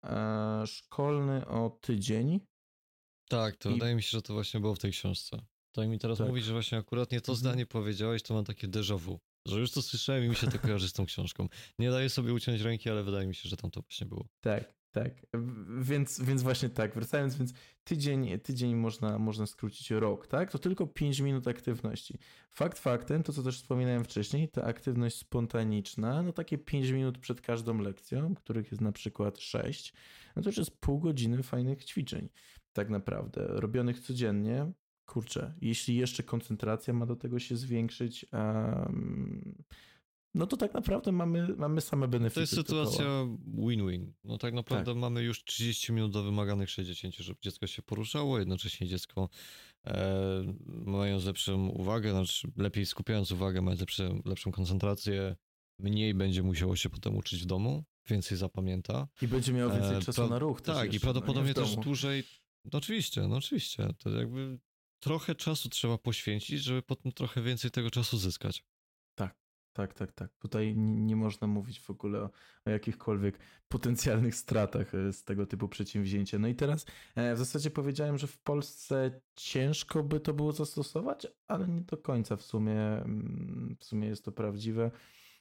szkolny o tydzień. Tak, to I... wydaje mi się, że to właśnie było w tej książce. Tak mi teraz tak. mówi, że właśnie akurat nie to zdanie powiedziałeś, to mam takie déjà vu, że już to słyszałem i mi się to kojarzy z tą książką. Nie daję sobie uciąć ręki, ale wydaje mi się, że tam to właśnie było. Tak, tak. Więc, więc właśnie tak, wracając, więc tydzień, tydzień można, można skrócić rok, tak? To tylko pięć minut aktywności. Fakt faktem, to co też wspominałem wcześniej, ta aktywność spontaniczna, no takie pięć minut przed każdą lekcją, których jest na przykład sześć, no to już jest pół godziny fajnych ćwiczeń, tak naprawdę, robionych codziennie. Kurczę, jeśli jeszcze koncentracja ma do tego się zwiększyć, um, no to tak naprawdę mamy, mamy same benefity. To jest sytuacja win-win. No tak naprawdę tak. Mamy już trzydzieści minut do wymaganych sześćdziesiąt, żeby dziecko się poruszało, jednocześnie dziecko e, mając lepszą uwagę, znaczy lepiej skupiając uwagę, mając lepsze, lepszą koncentrację, mniej będzie musiało się potem uczyć w domu, więcej zapamięta. I będzie miało więcej e, czasu pra- na ruch. Tak, jeszcze, i prawdopodobnie no też dłużej. No oczywiście, no oczywiście. To jakby trochę czasu trzeba poświęcić, żeby potem trochę więcej tego czasu zyskać. Tak, tak, tak, tak. Tutaj nie, nie można mówić w ogóle o, o jakichkolwiek potencjalnych stratach z tego typu przedsięwzięcia. No i teraz w zasadzie powiedziałem, że w Polsce ciężko by to było zastosować, ale nie do końca w sumie, w sumie jest to prawdziwe,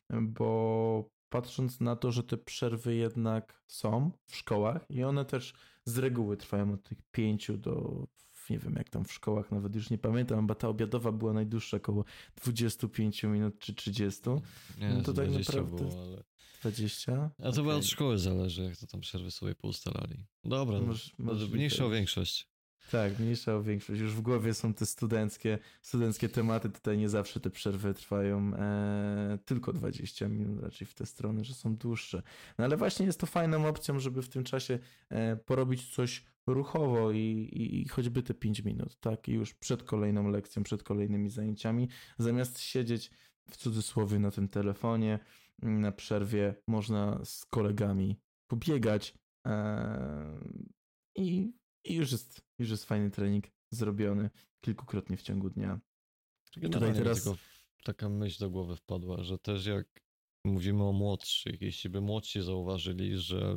bo patrząc na to, że te przerwy jednak są w szkołach i one też z reguły trwają od tych pięciu do, nie wiem jak tam w szkołach, nawet już nie pamiętam, bo ta obiadowa była najdłuższa, około dwadzieścia pięć minut czy trzydzieści. Nie, no to tak naprawdę było, ale... dwadzieścia? A to okay. Chyba od szkoły zależy, jak to tam przerwy sobie poustalali. Dobra, Moż, mniejsza o większość. Tak, mniejsza o większość. Już w głowie są te studenckie, studenckie tematy. Tutaj nie zawsze te przerwy trwają e, tylko dwadzieścia minut, raczej w te strony, że są dłuższe. No ale właśnie jest to fajną opcją, żeby w tym czasie e, porobić coś ruchowo i, i, i choćby te pięć minut, tak? I już przed kolejną lekcją, przed kolejnymi zajęciami, zamiast siedzieć w cudzysłowie na tym telefonie, na przerwie można z kolegami pobiegać e, i I już jest, już jest fajny trening zrobiony kilkukrotnie w ciągu dnia. Tutaj teraz tylko taka myśl do głowy wpadła, że też jak mówimy o młodszych, jeśli by młodsi zauważyli, że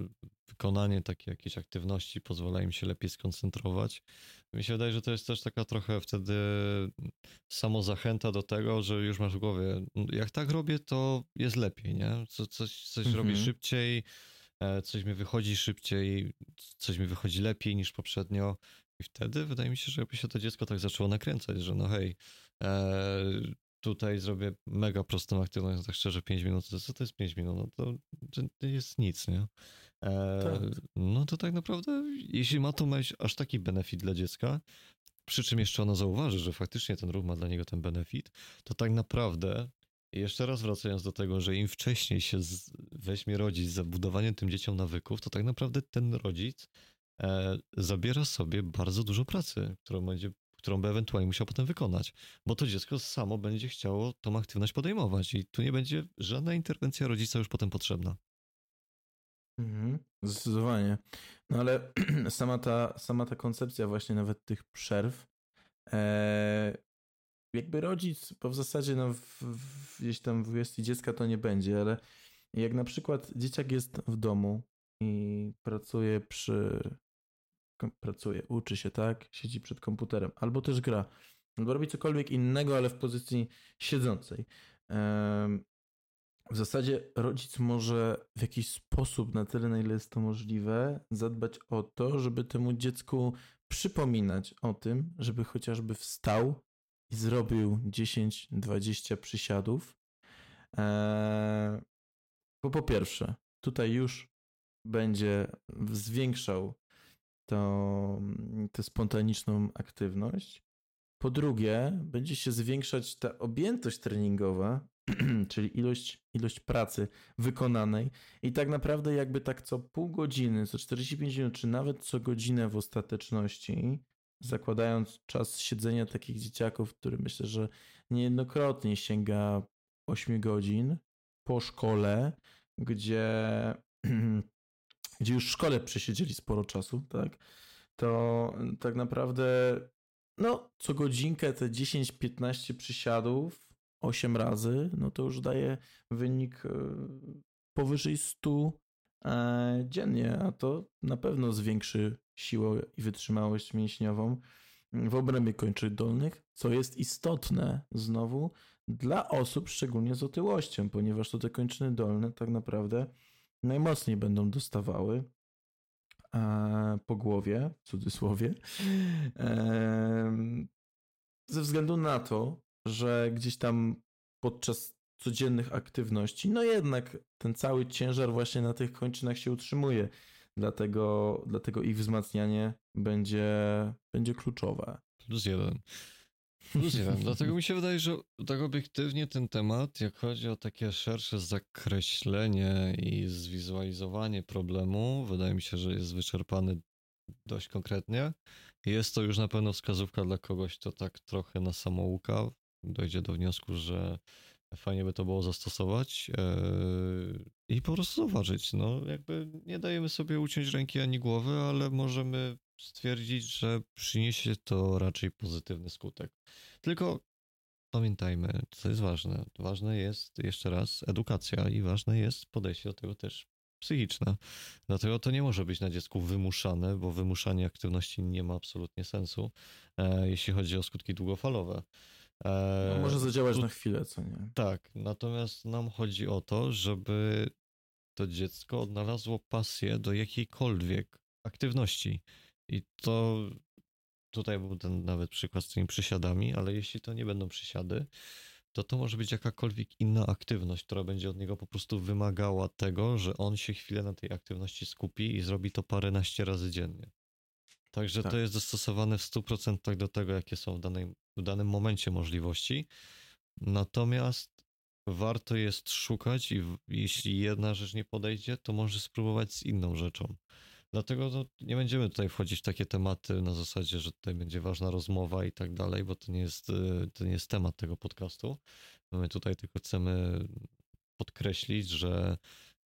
wykonanie takiej jakiejś aktywności pozwala im się lepiej skoncentrować. Mi się wydaje, że to jest też taka trochę wtedy samozachęta do tego, że już masz w głowie, jak tak robię, to jest lepiej, nie? Co, coś coś Mhm. robię szybciej, coś mi wychodzi szybciej, coś mi wychodzi lepiej niż poprzednio. I wtedy wydaje mi się, że jakby się to dziecko tak zaczęło nakręcać, że no hej, e, tutaj zrobię mega prostą aktywność, no tak szczerze pięć minut, to co to jest pięć minut? No to, to jest nic, nie? E, Tak. No to tak naprawdę, jeśli ma to mieć aż taki benefit dla dziecka, przy czym jeszcze ono zauważy, że faktycznie ten ruch ma dla niego ten benefit, to tak naprawdę, jeszcze raz wracając do tego, że im wcześniej się z, weźmie rodzic za budowanie tym dzieciom nawyków, to tak naprawdę ten rodzic e, zabiera sobie bardzo dużo pracy, którą będzie, którą by ewentualnie musiał potem wykonać, bo to dziecko samo będzie chciało tą aktywność podejmować i tu nie będzie żadna interwencja rodzica już potem potrzebna. Mhm, zdecydowanie. No ale sama ta, sama ta koncepcja właśnie nawet tych przerw, e, jakby rodzic, bo w zasadzie no w, w, gdzieś tam w kwestii dziecka to nie będzie, ale jak na przykład dzieciak jest w domu i pracuje przy, pracuje, uczy się, tak, siedzi przed komputerem, albo też gra, albo robi cokolwiek innego, ale w pozycji siedzącej. E, W zasadzie rodzic może w jakiś sposób, na tyle na ile jest to możliwe, zadbać o to, żeby temu dziecku przypominać o tym, żeby chociażby wstał i zrobił dziesięć dwadzieścia przysiadów. Eee, bo po pierwsze, tutaj już będzie zwiększał to, tę spontaniczną aktywność. Po drugie, będzie się zwiększać ta objętość treningowa, czyli ilość, ilość pracy wykonanej i tak naprawdę jakby tak co pół godziny, co czterdzieści pięć minut, czy nawet co godzinę w ostateczności, zakładając czas siedzenia takich dzieciaków, który myślę, że niejednokrotnie sięga osiem godzin po szkole, gdzie, gdzie już w szkole przesiedzieli sporo czasu, tak, to tak naprawdę no, co godzinkę te dziesięć piętnaście przysiadów osiem razy, no to już daje wynik powyżej stu dziennie, a to na pewno zwiększy siłę i wytrzymałość mięśniową w obrębie kończyn dolnych, co jest istotne znowu dla osób szczególnie z otyłością, ponieważ to te kończyny dolne tak naprawdę najmocniej będą dostawały po głowie, w cudzysłowie, ze względu na to, że gdzieś tam podczas codziennych aktywności, no jednak ten cały ciężar właśnie na tych kończynach się utrzymuje, dlatego, dlatego ich wzmacnianie będzie, będzie kluczowe. Plus jeden. Plus jeden. Dlatego mi się wydaje, że tak obiektywnie ten temat, jak chodzi o takie szersze zakreślenie i zwizualizowanie problemu, wydaje mi się, że jest wyczerpany dość konkretnie. Jest to już na pewno wskazówka dla kogoś, kto tak trochę na samouka dojdzie do wniosku, że fajnie by to było zastosować yy, i po prostu zauważyć. No jakby nie dajemy sobie uciąć ręki ani głowy, ale możemy stwierdzić, że przyniesie to raczej pozytywny skutek. Tylko pamiętajmy, co jest ważne. Ważne jest, jeszcze raz, edukacja i ważne jest podejście do tego też psychiczne. Dlatego to nie może być na dziecku wymuszane, bo wymuszanie aktywności nie ma absolutnie sensu, e, jeśli chodzi o skutki długofalowe. No, może zadziałać tu, na chwilę, co nie? Tak, natomiast nam chodzi o to, żeby to dziecko odnalazło pasję do jakiejkolwiek aktywności. I to tutaj był ten nawet przykład z tymi przysiadami, ale jeśli to nie będą przysiady, to to może być jakakolwiek inna aktywność, która będzie od niego po prostu wymagała tego, że on się chwilę na tej aktywności skupi i zrobi to paręnaście razy dziennie. Także tak. To jest dostosowane w stu procentach do tego, jakie są w, danej, w danym momencie możliwości. Natomiast warto jest szukać i w, jeśli jedna rzecz nie podejdzie, to może spróbować z inną rzeczą. Dlatego to nie będziemy tutaj wchodzić w takie tematy na zasadzie, że tutaj będzie ważna rozmowa i tak dalej, bo to nie jest, to nie jest temat tego podcastu. My tutaj tylko chcemy podkreślić, że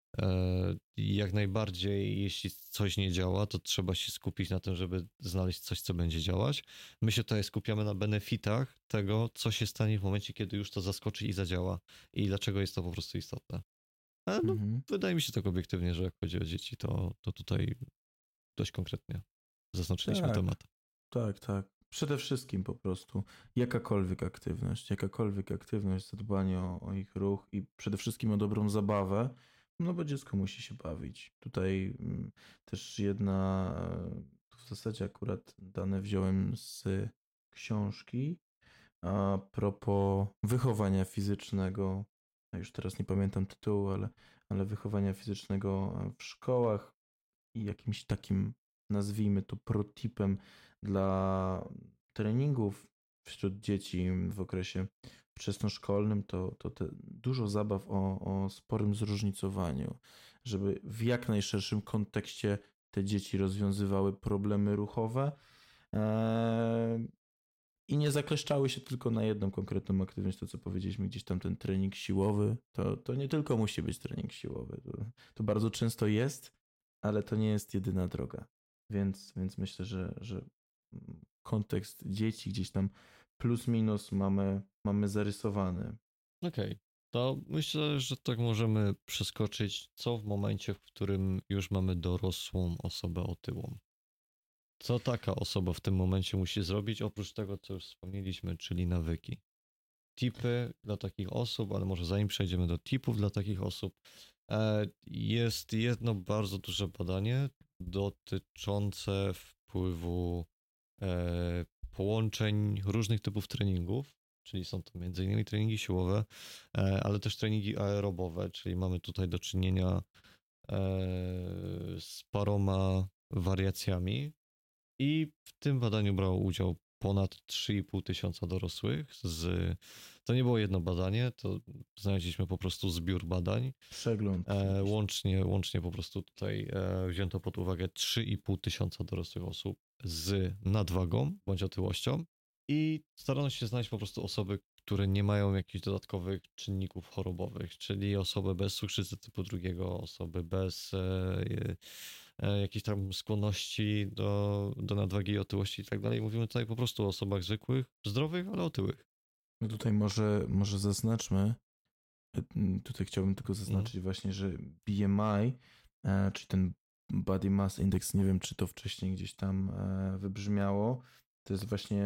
jak najbardziej, jeśli coś nie działa, to trzeba się skupić na tym, żeby znaleźć coś, co będzie działać. My się tutaj skupiamy na benefitach tego, co się stanie w momencie, kiedy już to zaskoczy i zadziała i dlaczego jest to po prostu istotne. Ale no, Mhm. wydaje mi się tak obiektywnie, że jak chodzi o dzieci, to, to tutaj dość konkretnie zaznaczyliśmy Tak, temat. tak, tak. Przede wszystkim po prostu jakakolwiek aktywność, jakakolwiek aktywność, zadbanie o, o ich ruch i przede wszystkim o dobrą zabawę, no bo dziecko musi się bawić. Tutaj mm, też jedna, e, tu w zasadzie akurat dane wziąłem z książki a propos wychowania fizycznego, a już teraz nie pamiętam tytułu, ale, ale wychowania fizycznego w szkołach i jakimś takim, nazwijmy to, protipem dla treningów wśród dzieci w okresie wczesnoszkolnym, to, to te dużo zabaw o, o sporym zróżnicowaniu, żeby w jak najszerszym kontekście te dzieci rozwiązywały problemy ruchowe eee, i nie zakleszczały się tylko na jedną konkretną aktywność, to co powiedzieliśmy, gdzieś tam ten trening siłowy, to, to nie tylko musi być trening siłowy, to, to bardzo często jest, ale to nie jest jedyna droga. Więc, więc myślę, że, że kontekst dzieci gdzieś tam plus minus mamy, mamy zarysowany. Okej, okay. To myślę, że tak możemy przeskoczyć, co w momencie, w którym już mamy dorosłą osobę otyłą. Co taka osoba w tym momencie musi zrobić, oprócz tego, co już wspomnieliśmy, czyli nawyki. Tipy dla takich osób, ale może zanim przejdziemy do tipów dla takich osób, jest jedno bardzo duże badanie dotyczące wpływu połączeń różnych typów treningów, czyli są to między innymi treningi siłowe, ale też treningi aerobowe, czyli mamy tutaj do czynienia z paroma wariacjami i w tym badaniu brało udział ponad trzy i pół tysiąca dorosłych. Z... To nie było jedno badanie, to znaleźliśmy po prostu zbiór badań. Przegląd. E, łącznie, łącznie po prostu tutaj e, wzięto pod uwagę trzy i pół tysiąca dorosłych osób z nadwagą bądź otyłością i starano się znaleźć po prostu osoby, które nie mają jakichś dodatkowych czynników chorobowych, czyli osoby bez cukrzycy typu drugiego, osoby bez e, e, jakichś tam skłonności do, do nadwagi i otyłości i tak dalej. Mówimy tutaj po prostu o osobach zwykłych, zdrowych, ale otyłych. No tutaj może, może zaznaczmy, tutaj chciałbym tylko zaznaczyć mm. właśnie, że B M I, e, czyli ten Body Mass Index, nie wiem czy to wcześniej gdzieś tam e, wybrzmiało, to jest właśnie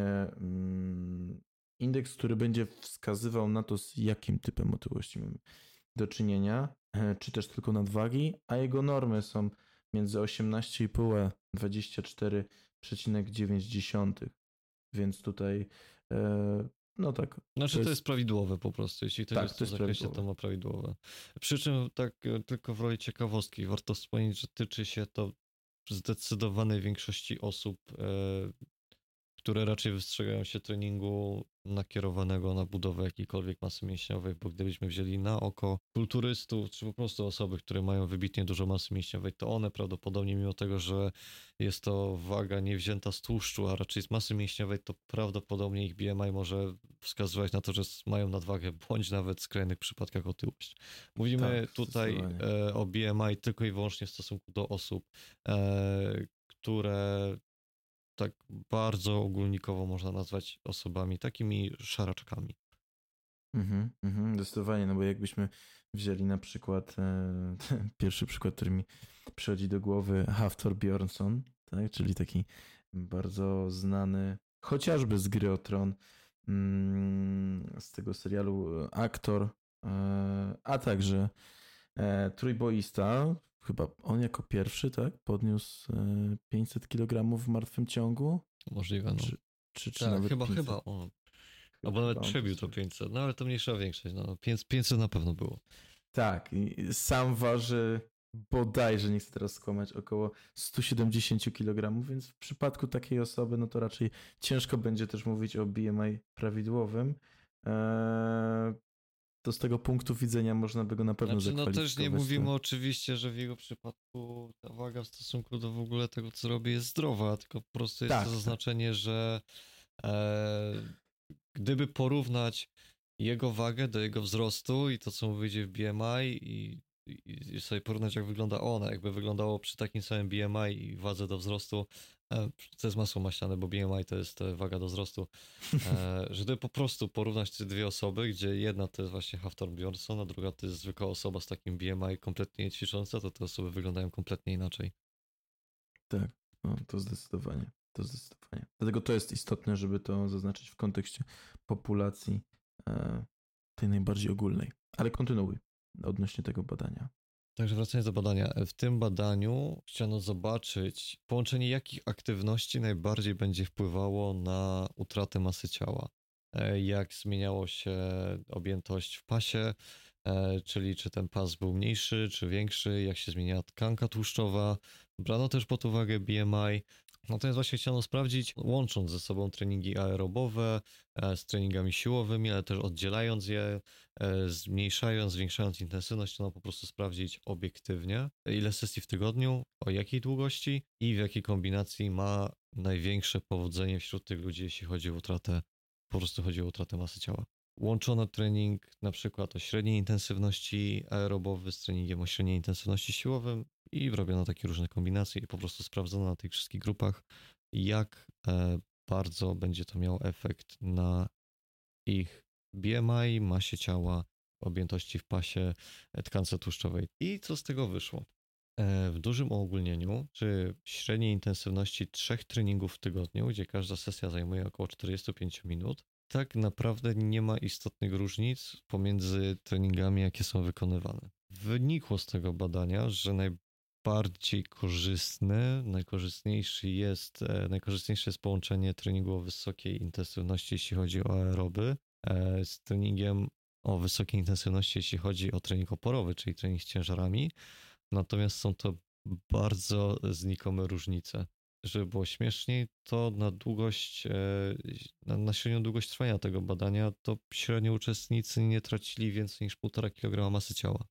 mm, indeks, który będzie wskazywał na to, z jakim typem otyłości mamy do czynienia, e, czy też tylko nadwagi, a jego normy są między osiemnaście i pół a dwadzieścia cztery przecinek dziewięć, więc tutaj e, no tak. Znaczy to jest, to jest prawidłowe po prostu, jeśli ktoś tak, jest w tym zakresie, to ma prawidłowe. Przy czym tak tylko w roli ciekawostki warto wspomnieć, że tyczy się to zdecydowanej większości osób, e, które raczej wystrzegają się treningu nakierowanego na budowę jakiejkolwiek masy mięśniowej, bo gdybyśmy wzięli na oko kulturystów, czy po prostu osoby, które mają wybitnie dużo masy mięśniowej, to one prawdopodobnie, mimo tego, że jest to waga nie wzięta z tłuszczu, a raczej z masy mięśniowej, to prawdopodobnie ich B M I może wskazywać na to, że mają nadwagę, bądź nawet w skrajnych przypadkach otyłość. Mówimy tak, tutaj e, o B M I tylko i wyłącznie w stosunku do osób, e, które tak bardzo ogólnikowo można nazwać osobami takimi szaraczkami. Mhm, mhm, zdecydowanie, no bo jakbyśmy wzięli na przykład e, pierwszy przykład, który mi przychodzi do głowy, Hafthor Bjornsson, tak, czyli taki bardzo znany chociażby z Gry o Tron, mm, z tego serialu aktor, e, a także e, trójboista, chyba on jako pierwszy, tak, podniósł e, pięćset kilogramów w martwym ciągu. Możliwe, no. Czy, czy, czy tak, nawet chyba, pięćset. chyba on. Albo nawet przebił to pięćset, no ale to mniejsza większość, no pięćset na pewno było. Tak, i sam waży bodajże, nie chcę teraz skłamać, około sto siedemdziesiąt kilogramów, więc w przypadku takiej osoby, no to raczej ciężko będzie też mówić o B M I prawidłowym. Eee, to z tego punktu widzenia można by go na pewno znaczy, zakwalifikować. No też nie mówimy to... oczywiście, że w jego przypadku ta waga w stosunku do w ogóle tego, co robi, jest zdrowa, tylko po prostu jest tak, to zaznaczenie, tak. że e, gdyby porównać jego wagę do jego wzrostu i to, co mu wyjdzie w B M I i i, i sobie porównać, jak wygląda ona, jakby wyglądało przy takim samym B M I i wadze do wzrostu, e, to jest masło maślane, bo B M I to jest e, waga do wzrostu, e, żeby po prostu porównać te dwie osoby, gdzie jedna to jest właśnie Hafthor Bjornsson, a druga to jest zwykła osoba z takim B M I kompletnie nie ćwicząca, to te osoby wyglądają kompletnie inaczej. Tak, no, to zdecydowanie, to zdecydowanie. Dlatego to jest istotne, żeby to zaznaczyć w kontekście populacji e, tej najbardziej ogólnej. Ale kontynuuj odnośnie tego badania. Także wracając do badania, w tym badaniu chciano zobaczyć połączenie jakich aktywności najbardziej będzie wpływało na utratę masy ciała. E, Jak zmieniało się objętość w pasie, e, czyli czy ten pas był mniejszy, czy większy, jak się zmieniała tkanka tłuszczowa. Brano też pod uwagę B M I. Natomiast właśnie chciano sprawdzić, łącząc ze sobą treningi aerobowe e, z treningami siłowymi, ale też oddzielając je, e, zmniejszając, zwiększając intensywność, chciano po prostu sprawdzić obiektywnie, ile sesji w tygodniu, o jakiej długości i w jakiej kombinacji ma największe powodzenie wśród tych ludzi, jeśli chodzi o utratę, po prostu chodzi o utratę masy ciała. Łączono trening na przykład o średniej intensywności aerobowy z treningiem o średniej intensywności siłowym i robiono takie różne kombinacje i po prostu sprawdzono na tych wszystkich grupach, jak e, bardzo będzie to miało efekt na ich B M I, masie ciała, objętości w pasie, e, tkance tłuszczowej. I co z tego wyszło? E, w dużym uogólnieniu, przy średniej intensywności trzech treningów w tygodniu, gdzie każda sesja zajmuje około czterdzieści pięć minut, tak naprawdę nie ma istotnych różnic pomiędzy treningami, jakie są wykonywane. Wynikło z tego badania, że najbardziej korzystny, najkorzystniejszy jest, e, najkorzystniejsze jest połączenie treningu o wysokiej intensywności, jeśli chodzi o aeroby, e, z treningiem o wysokiej intensywności, jeśli chodzi o trening oporowy, czyli trening z ciężarami. Natomiast są to bardzo znikome różnice. Żeby było śmieszniej, to na długość, e, na, na średnią długość trwania tego badania, to średnio uczestnicy nie tracili więcej niż półtora kilograma masy ciała.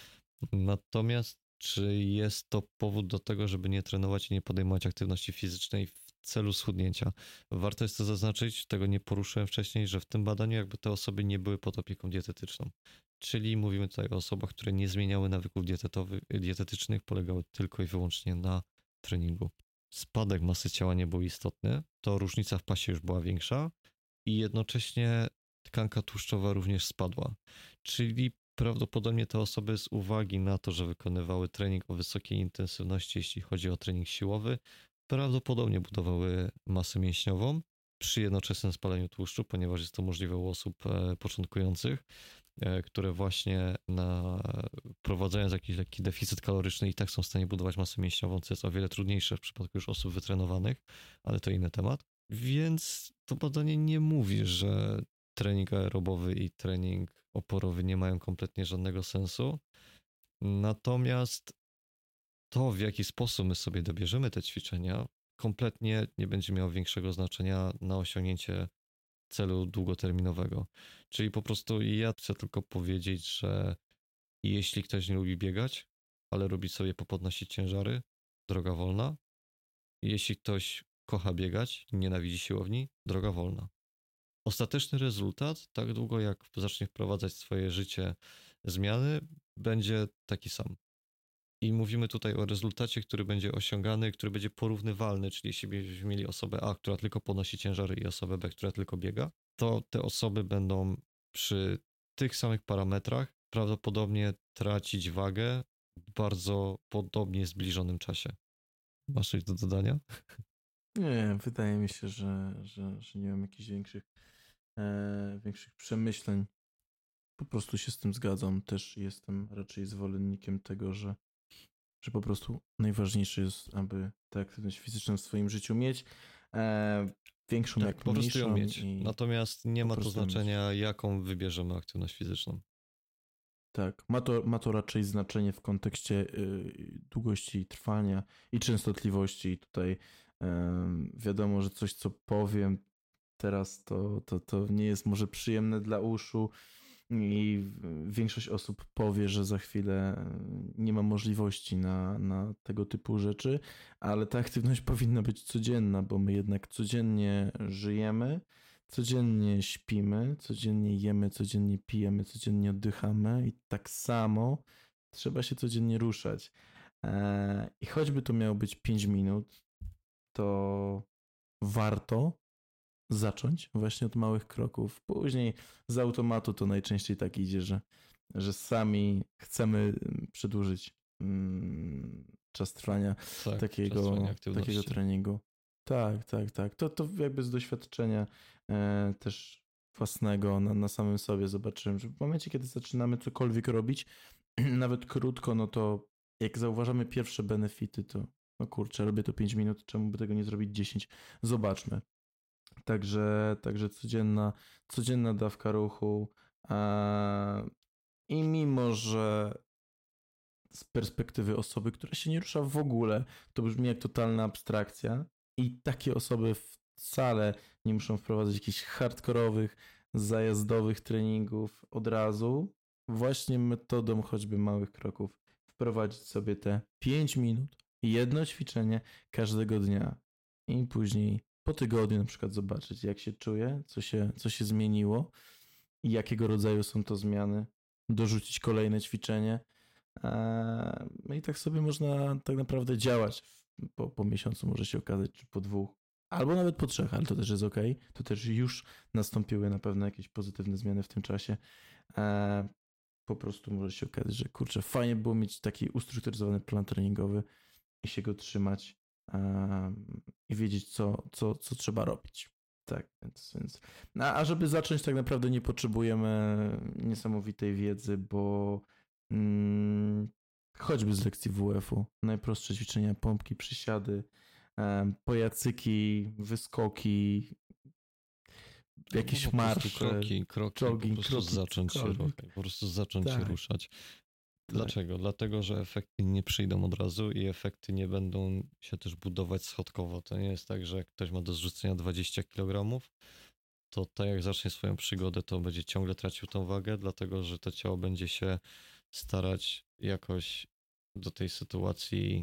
Natomiast czy jest to powód do tego, żeby nie trenować i nie podejmować aktywności fizycznej w celu schudnięcia? Warto jest to zaznaczyć, tego nie poruszyłem wcześniej, że w tym badaniu jakby te osoby nie były pod opieką dietetyczną. Czyli mówimy tutaj o osobach, które nie zmieniały nawyków dietetycznych, polegały tylko i wyłącznie na treningu. Spadek masy ciała nie był istotny, to różnica w pasie już była większa i jednocześnie tkanka tłuszczowa również spadła. Czyli prawdopodobnie te osoby z uwagi na to, że wykonywały trening o wysokiej intensywności, jeśli chodzi o trening siłowy, prawdopodobnie budowały masę mięśniową przy jednoczesnym spalaniu tłuszczu, ponieważ jest to możliwe u osób początkujących, które właśnie na, wprowadzając jakiś lekki deficyt kaloryczny i tak są w stanie budować masę mięśniową, co jest o wiele trudniejsze w przypadku już osób wytrenowanych, ale to inny temat. Więc to badanie nie mówi, że trening aerobowy i trening oporowy nie mają kompletnie żadnego sensu. Natomiast to, w jaki sposób my sobie dobierzemy te ćwiczenia, kompletnie nie będzie miało większego znaczenia na osiągnięcie celu długoterminowego. Czyli po prostu ja chcę tylko powiedzieć, że jeśli ktoś nie lubi biegać, ale lubi sobie popodnosić ciężary, droga wolna. Jeśli ktoś kocha biegać, nienawidzi siłowni, droga wolna. Ostateczny rezultat, tak długo jak zacznie wprowadzać w swoje życie zmiany, będzie taki sam. I mówimy tutaj o rezultacie, który będzie osiągany, który będzie porównywalny, czyli jeśli byśmy mieli osobę A, która tylko podnosi ciężary i osobę B, która tylko biega, to te osoby będą przy tych samych parametrach prawdopodobnie tracić wagę w bardzo podobnie zbliżonym czasie. Masz coś do dodania? Nie, wydaje mi się, że, że, że nie mam jakichś większych, e, większych przemyśleń. Po prostu się z tym zgadzam. Też jestem raczej zwolennikiem tego, że, że po prostu najważniejsze jest, aby tę aktywność fizyczną w swoim życiu mieć. E, większą Tak, jak po prostu ją mieć. I Natomiast nie ma to prostu mieć. znaczenia, jaką wybierzemy aktywność fizyczną. Tak, ma to, ma to raczej znaczenie w kontekście y, długości trwania i częstotliwości. I tutaj y, wiadomo, że coś, co powiem teraz, to, to, to nie jest może przyjemne dla uszu i większość osób powie, że za chwilę nie ma możliwości na, na tego typu rzeczy, ale ta aktywność powinna być codzienna, bo my jednak codziennie żyjemy, codziennie śpimy, codziennie jemy, codziennie pijemy, codziennie oddychamy i tak samo Trzeba się codziennie ruszać. I choćby to miało być pięć minut, to warto zacząć właśnie od małych kroków. Później z automatu to najczęściej tak idzie, że, że sami chcemy przedłużyć mm, czas trwania tak, takiego, czas trwania takiego treningu. Tak, tak, tak. To, to jakby z doświadczenia e, też własnego na, na samym sobie zobaczyłem, że w momencie, kiedy zaczynamy cokolwiek robić, nawet krótko, no to jak zauważamy pierwsze benefity, to no kurczę, robię to pięć minut, czemu by tego nie zrobić dziesięć? Zobaczmy. Także, także codzienna, codzienna dawka ruchu a, i mimo, że z perspektywy osoby, która się nie rusza w ogóle, to brzmi jak totalna abstrakcja i takie osoby wcale nie muszą wprowadzać jakichś hardkorowych, zajazdowych treningów od razu. Właśnie metodą choćby małych kroków wprowadzić sobie te pięć minut, jedno ćwiczenie każdego dnia i później po tygodniu na przykład zobaczyć, jak się czuję, co się, co się zmieniło i jakiego rodzaju są to zmiany, dorzucić kolejne ćwiczenie. No i tak sobie można tak naprawdę działać. Po, po miesiącu może się okazać, czy po dwóch, albo nawet po trzech, ale to też jest ok. To też już nastąpiły na pewno jakieś pozytywne zmiany w tym czasie. Po prostu może się okazać, że kurczę, fajnie było mieć taki ustrukturyzowany plan treningowy i się go trzymać i wiedzieć, co, co, co trzeba robić. Tak, więc, więc... A, a żeby zacząć, tak naprawdę nie potrzebujemy niesamowitej wiedzy, bo mm, choćby z lekcji W F-u, najprostsze ćwiczenia, pompki, przysiady, um, pojacyki, wyskoki, jakieś no, po marsze, kroki, kroki, jogging, po prostu kroki, zacząć kroki. się ruchać, po prostu zacząć tak. się ruszać. Dlaczego? Tak. Dlatego, że efekty nie przyjdą od razu i efekty nie będą się też budować schodkowo. To nie jest tak, że jak ktoś ma do zrzucenia dwadzieścia kilogramów, to tak jak zacznie swoją przygodę, to będzie ciągle tracił tą wagę, dlatego że to ciało będzie się starać jakoś do tej sytuacji,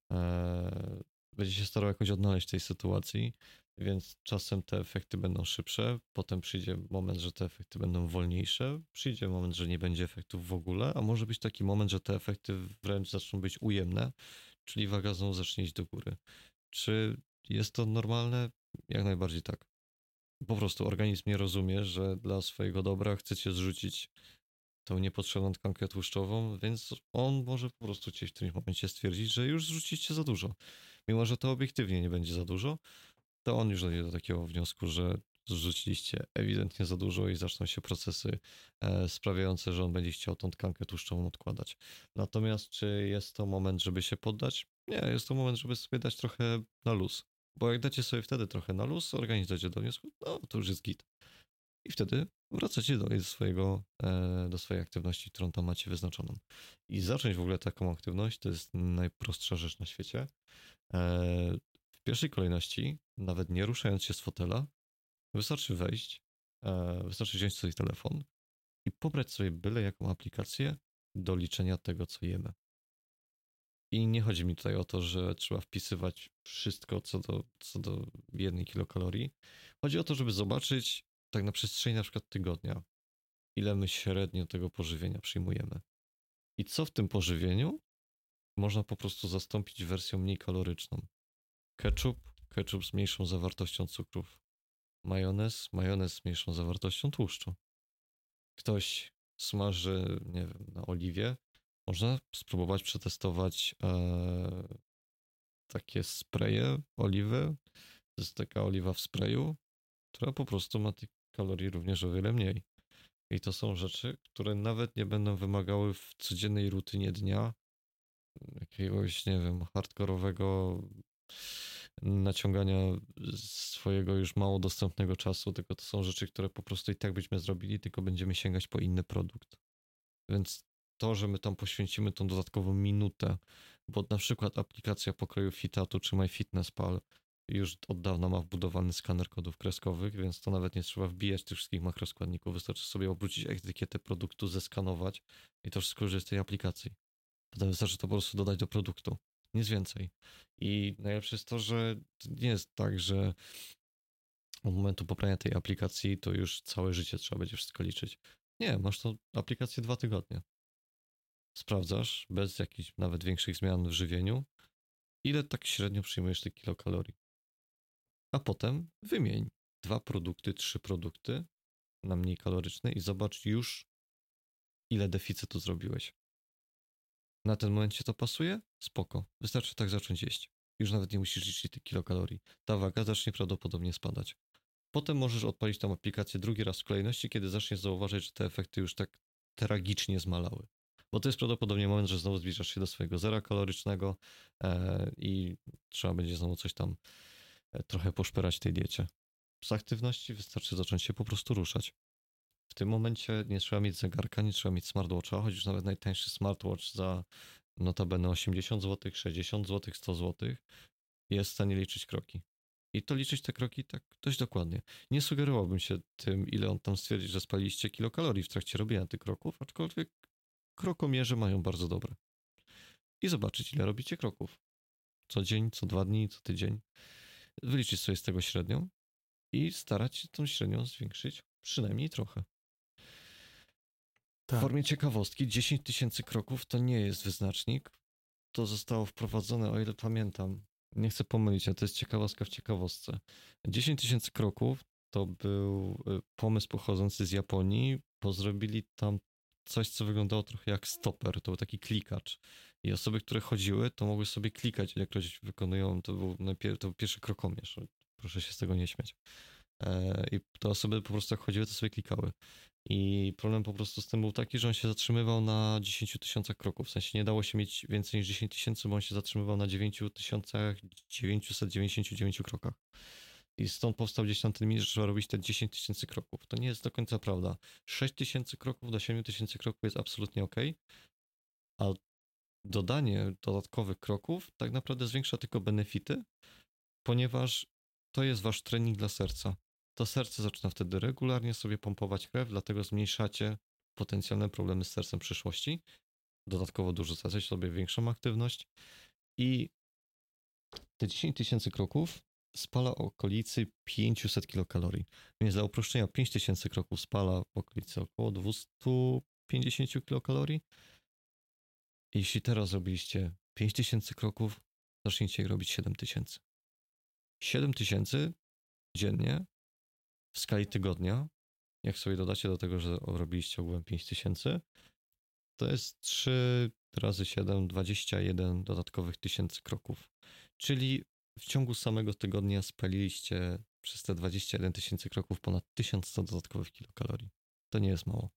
e, będzie się starał jakoś odnaleźć tej sytuacji, więc czasem te efekty będą szybsze, potem przyjdzie moment, że te efekty będą wolniejsze, przyjdzie moment, że nie będzie efektów w ogóle, a może być taki moment, że te efekty wręcz zaczną być ujemne, czyli waga znowu zacznie iść do góry. Czy jest to normalne? Jak najbardziej tak. Po prostu organizm nie rozumie, że dla swojego dobra chcecie zrzucić tą niepotrzebną tkankę tłuszczową, więc on może po prostu cię w którymś momencie stwierdzić, że już zrzucicie za dużo. Mimo że to obiektywnie nie będzie za dużo, to on już dojdzie do takiego wniosku, że zrzuciliście ewidentnie za dużo i zaczną się procesy e, sprawiające, że on będzie chciał tą tkankę tłuszczową odkładać. Natomiast czy jest to moment, żeby się poddać? Nie, jest to moment, żeby sobie dać trochę na luz. Bo jak dacie sobie wtedy trochę na luz, organizm dojdzie do wniosku, no to już jest git. I wtedy wracacie do swojego, e, do swojej aktywności, którą tam macie wyznaczoną. I zacząć w ogóle taką aktywność to jest najprostsza rzecz na świecie. E, w pierwszej kolejności, nawet nie ruszając się z fotela, wystarczy wejść, e, wystarczy wziąć sobie telefon i pobrać sobie byle jaką aplikację do liczenia tego, co jemy. I nie chodzi mi tutaj o to, że trzeba wpisywać wszystko co do, co do jednej kilokalorii. Chodzi o to, żeby zobaczyć tak na przestrzeni na przykład tygodnia, ile my średnio tego pożywienia przyjmujemy. I co w tym pożywieniu można po prostu zastąpić wersją mniej kaloryczną. Ketchup, ketchup z mniejszą zawartością cukrów. Majonez, majonez z mniejszą zawartością tłuszczu. Ktoś smaży, nie wiem, na oliwie. Można spróbować przetestować e, takie spreje oliwy. To jest taka oliwa w sprayu, która po prostu ma tych kalorii również o wiele mniej. I to są rzeczy, które nawet nie będą wymagały w codziennej rutynie dnia jakiegoś, nie wiem, hardkorowego naciągania swojego już mało dostępnego czasu, tylko to są rzeczy, które po prostu i tak byśmy zrobili, tylko będziemy sięgać po inny produkt. Więc to, że my tam poświęcimy tą dodatkową minutę, bo na przykład aplikacja pokroju Fitatu czy MyFitnessPal już od dawna ma wbudowany skaner kodów kreskowych, więc to nawet nie trzeba wbijać tych wszystkich makroskładników, wystarczy sobie obrócić etykietę produktu, zeskanować i to wszystko już jest w tej aplikacji. Potem wystarczy to po prostu dodać do produktu. Nic więcej. I najlepsze jest to, że to nie jest tak, że od momentu pobrania tej aplikacji to już całe życie trzeba będzie wszystko liczyć. Nie, masz tą aplikację dwa tygodnie. sprawdzasz, bez jakichś nawet większych zmian w żywieniu, ile tak średnio przyjmujesz tych kilokalorii. A potem wymień dwa produkty, trzy produkty na mniej kaloryczne i zobacz już, ile deficytu zrobiłeś. Na ten moment ci to pasuje? Spoko. Wystarczy tak zacząć jeść. Już nawet nie musisz liczyć tych kilokalorii. Ta waga zacznie prawdopodobnie spadać. Potem możesz odpalić tą aplikację drugi raz w kolejności, kiedy zaczniesz zauważyć, że te efekty już tak tragicznie zmalały. Bo to jest prawdopodobnie moment, że znowu zbliżasz się do swojego zera kalorycznego e, i trzeba będzie znowu coś tam e, trochę poszperać w tej diecie. Z aktywności wystarczy zacząć się po prostu ruszać. W tym momencie nie trzeba mieć zegarka, nie trzeba mieć smartwatcha, chociaż nawet najtańszy smartwatch za notabene osiemdziesiąt złotych, sześćdziesiąt złotych, sto złotych jest w stanie liczyć kroki. I to liczyć te kroki tak dość dokładnie. Nie sugerowałbym się tym, ile on tam stwierdzi, że spaliliście kilokalorii w trakcie robienia tych kroków, aczkolwiek krokomierze mają bardzo dobre. I zobaczyć, ile robicie kroków. Co dzień, co dwa dni, co tydzień. Wyliczyć sobie z tego średnią i starać się tą średnią zwiększyć przynajmniej trochę. Tak. W formie ciekawostki dziesięć tysięcy kroków to nie jest wyznacznik. To zostało wprowadzone, o ile pamiętam. Nie chcę pomylić, ale to jest ciekawostka w ciekawostce. dziesięć tysięcy kroków to był pomysł pochodzący z Japonii, bo zrobili tam coś, co wyglądało trochę jak stoper. To był taki klikacz. I osoby, które chodziły, to mogły sobie klikać, ilekroć wykonują. To był, najpierw, to był pierwszy krokomierz. Proszę się z tego nie śmiać. I te osoby po prostu jak chodziły, to sobie klikały. I problem po prostu z tym był taki, że on się zatrzymywał na dziesięć tysięcy kroków. W sensie nie dało się mieć więcej niż dziesięć tysięcy, bo on się zatrzymywał na dziewięć tysięcy dziewięćset dziewięćdziesiąt dziewięć krokach. I stąd powstał gdzieś tam ten mit, że trzeba robić te dziesięć tysięcy kroków. To nie jest do końca prawda. sześć tysięcy kroków do siedem tysięcy kroków jest absolutnie ok, a dodanie dodatkowych kroków tak naprawdę zwiększa tylko benefity, ponieważ to jest wasz trening dla serca. To serce zaczyna wtedy regularnie sobie pompować krew, dlatego zmniejszacie potencjalne problemy z sercem w przyszłości. Dodatkowo dorzucacie sobie większą aktywność i te dziesięć tysięcy kroków spala w okolicy pięćset kilokalorii. Więc dla uproszczenia pięć tysięcy kroków spala w okolicy około dwieście pięćdziesiąt kilokalorii. Jeśli teraz robiliście pięć tysięcy kroków, zacznijcie ich robić siedem tysięcy. siedem tysięcy dziennie w skali tygodnia, jak sobie dodacie do tego, że robiliście ogółem pięć tysięcy, to jest trzy razy siedem, dwadzieścia jeden dodatkowych tysięcy kroków. Czyli w ciągu samego tygodnia spaliliście przez te dwadzieścia jeden tysięcy kroków ponad tysiąc sto dodatkowych kilokalorii. To nie jest mało.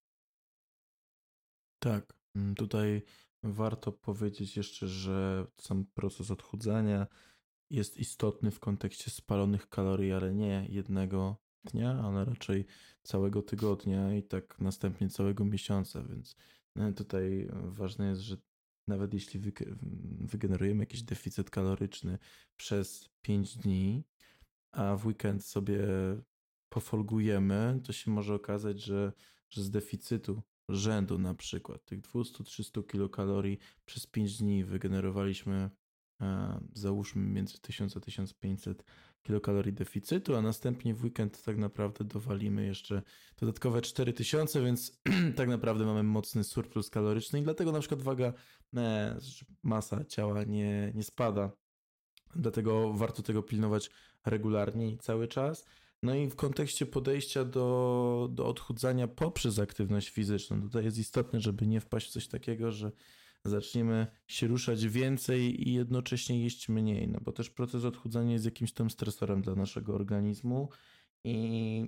Tak, tutaj warto powiedzieć jeszcze, że sam proces odchudzania jest istotny w kontekście spalonych kalorii, ale nie jednego dnia, ale raczej całego tygodnia i tak następnie całego miesiąca, więc tutaj ważne jest, że nawet jeśli wygenerujemy jakiś deficyt kaloryczny przez pięć dni, a w weekend sobie pofolgujemy, to się może okazać, że, że z deficytu rzędu na przykład tych dwieście do trzystu kilokalorii przez pięć dni wygenerowaliśmy załóżmy między tysiąc a tysiąc pięćset kilokalorii deficytu, a następnie w weekend tak naprawdę dowalimy jeszcze dodatkowe cztery tysiące, więc tak naprawdę mamy mocny surplus kaloryczny i dlatego na przykład waga, masa ciała nie, nie spada. Dlatego warto tego pilnować regularnie i cały czas. No i w kontekście podejścia do, do odchudzania poprzez aktywność fizyczną, tutaj jest istotne, żeby nie wpaść w coś takiego, że zaczniemy się ruszać więcej i jednocześnie jeść mniej, no bo też proces odchudzania jest jakimś tam stresorem dla naszego organizmu i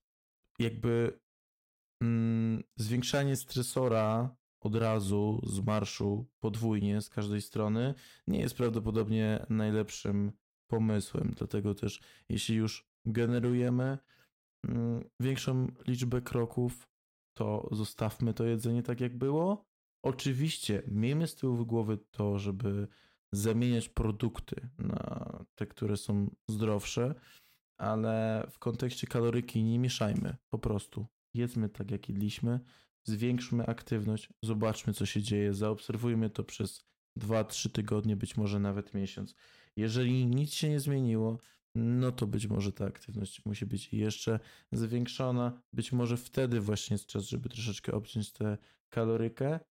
jakby mm, zwiększanie stresora od razu z marszu podwójnie z każdej strony nie jest prawdopodobnie najlepszym pomysłem, dlatego też jeśli już generujemy mm, większą liczbę kroków, to zostawmy to jedzenie tak jak było. Oczywiście miejmy z tyłu głowy to, żeby zamieniać produkty na te, które są zdrowsze, ale w kontekście kaloryki nie mieszajmy, po prostu jedzmy tak jak jedliśmy, zwiększmy aktywność, zobaczmy co się dzieje, zaobserwujmy to przez dwa trzy tygodnie, być może nawet miesiąc. Jeżeli nic się nie zmieniło, no to być może ta aktywność musi być jeszcze zwiększona, być może wtedy właśnie jest czas, żeby troszeczkę obciąć tę kalorykę,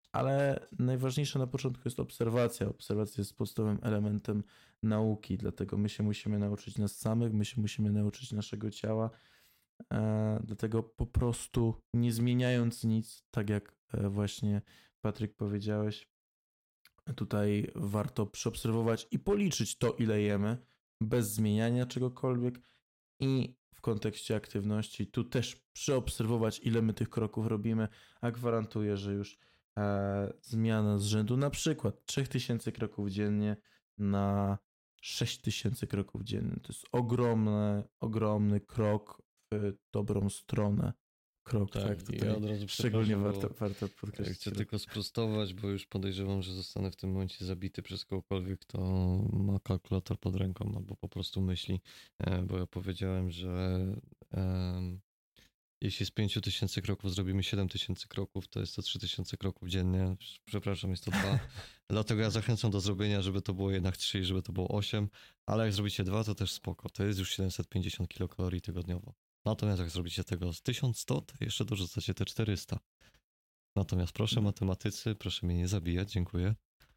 ale najważniejsze na początku jest obserwacja. Obserwacja jest podstawowym elementem nauki, dlatego my się musimy nauczyć nas samych, my się musimy nauczyć naszego ciała, e, dlatego po prostu nie zmieniając nic, tak jak e, właśnie Patryk powiedziałeś, tutaj warto przeobserwować i policzyć to, ile jemy, bez zmieniania czegokolwiek i w kontekście aktywności tu też przeobserwować, ile my tych kroków robimy, a gwarantuję, że już e, zmiana z rzędu na przykład trzy tysiące kroków dziennie na sześć tysięcy kroków dziennie. To jest ogromny, ogromny krok w dobrą stronę. Krok, tak, Tak, tutaj ja od razu szczególnie przepraszam, warto, bo warto podkreślić. chcę tylko sprostować, bo już podejrzewam, że zostanę w tym momencie zabity przez kogokolwiek, kto ma kalkulator pod ręką albo po prostu myśli, e, bo ja powiedziałem, że em, jeśli z pięć tysięcy kroków zrobimy siedem tysięcy kroków, to jest to trzy tysiące kroków dziennie. Przepraszam, jest to dwa. Dlatego ja zachęcam do zrobienia, żeby to było jednak trzy i żeby to było osiem, ale jak zrobicie dwa, to też spoko. To jest już siedemset pięćdziesiąt kilokalorii tygodniowo. Natomiast jak zrobicie tego z tysiąc sto, to jeszcze dorzucacie te czterysta. Natomiast proszę matematycy, proszę mnie nie zabijać, dziękuję.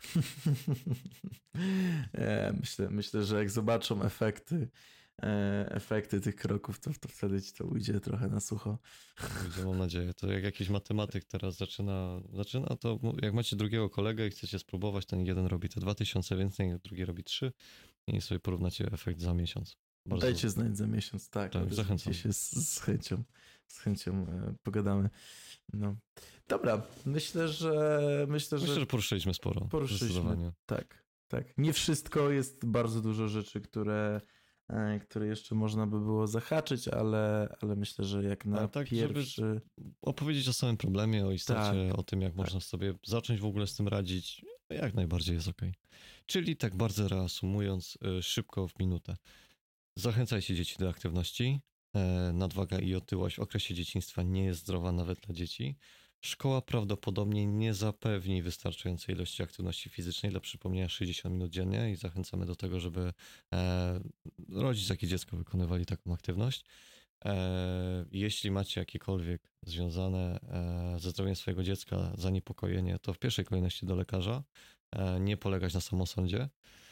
myślę, myślę, że jak zobaczą efekty, efekty tych kroków, to, to wtedy ci to ujdzie trochę na sucho. Ujdzie, mam nadzieję. To jak jakiś matematyk teraz zaczyna, zaczyna, to jak macie drugiego kolegę i chcecie spróbować, to niech jeden robi te dwa tysiące więcej, niech drugi robi trzy i sobie porównacie efekt za miesiąc. Bardzo... Dajcie znać za miesiąc, tak. Tak, zachęcam się z, z chęcią. Z chęcią e, pogadamy. No. Dobra, myślę, że myślę, myślę, że, że poruszyliśmy sporo. Poruszyliśmy, tak, tak. Nie wszystko, jest bardzo dużo rzeczy, które, e, które jeszcze można by było zahaczyć, ale, ale myślę, że jak na tak, pierwszy... Żeby opowiedzieć o samym problemie, o istocie, tak, o tym, jak tak. można sobie zacząć w ogóle z tym radzić, jak najbardziej jest okej. Czyli tak bardzo reasumując, szybko w minutę. Zachęcajcie dzieci do aktywności. Nadwaga i otyłość w okresie dzieciństwa nie jest zdrowa nawet dla dzieci. Szkoła prawdopodobnie nie zapewni wystarczającej ilości aktywności fizycznej, dla przypomnienia sześćdziesiąt minut dziennie i zachęcamy do tego, żeby e, rodzic, jak i dziecko wykonywali taką aktywność. E, jeśli macie jakiekolwiek związane e, ze zdrowiem swojego dziecka zaniepokojenie, to w pierwszej kolejności do lekarza, e, nie polegać na samosądzie.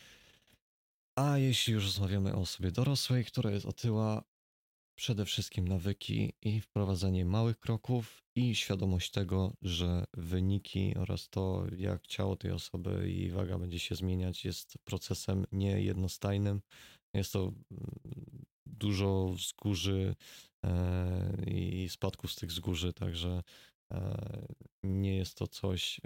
A jeśli już rozmawiamy o osobie dorosłej, która jest otyła, przede wszystkim nawyki i wprowadzanie małych kroków i świadomość tego, że wyniki oraz to, jak ciało tej osoby i waga będzie się zmieniać, jest procesem niejednostajnym. Jest to dużo wzgórzy i spadków z tych wzgórzy, także nie jest to coś,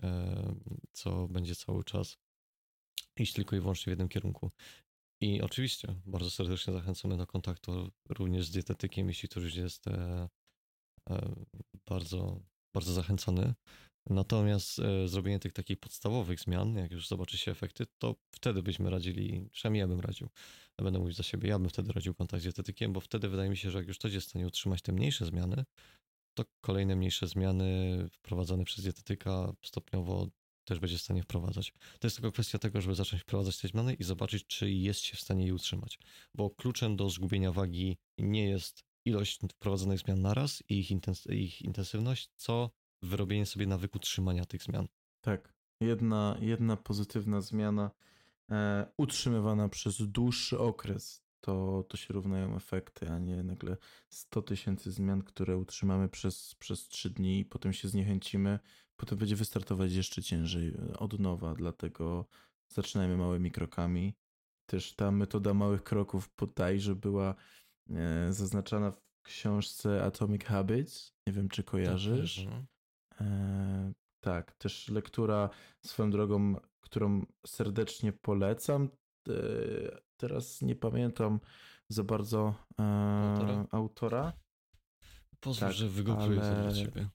co będzie cały czas iść tylko i wyłącznie w jednym kierunku. I oczywiście bardzo serdecznie zachęcamy do kontaktu również z dietetykiem, jeśli ktoś już jest e, e, bardzo, bardzo zachęcony. Natomiast e, zrobienie tych takich podstawowych zmian, jak już zobaczy się efekty, to wtedy byśmy radzili, przynajmniej ja bym radził, ja będę mówił za siebie, ja bym wtedy radził kontakt z dietetykiem, bo wtedy wydaje mi się, że jak już ktoś jest w stanie utrzymać te mniejsze zmiany, to kolejne mniejsze zmiany wprowadzane przez dietetyka stopniowo też będzie w stanie wprowadzać. To jest tylko kwestia tego, żeby zacząć wprowadzać te zmiany i zobaczyć, czy jest się w stanie je utrzymać. Bo kluczem do zgubienia wagi nie jest ilość wprowadzonych zmian naraz i ich, intens- ich intensywność, co wyrobienie sobie nawyku trzymania tych zmian. Tak. Jedna, jedna pozytywna zmiana e, utrzymywana przez dłuższy okres, to, to się równają efekty, a nie nagle sto tysięcy zmian, które utrzymamy przez, przez trzy dni i potem się zniechęcimy. Potem będzie wystartować jeszcze ciężej od nowa, dlatego zaczynajmy małymi krokami. Też ta metoda małych kroków bodajże była e, zaznaczana w książce Atomic Habits. Nie wiem, czy kojarzysz. E, tak, też lektura swoją drogą, którą serdecznie polecam. E, teraz nie pamiętam za bardzo e, autora. autora. Pozwól, tak, że wygoogluję ale... to dla ciebie.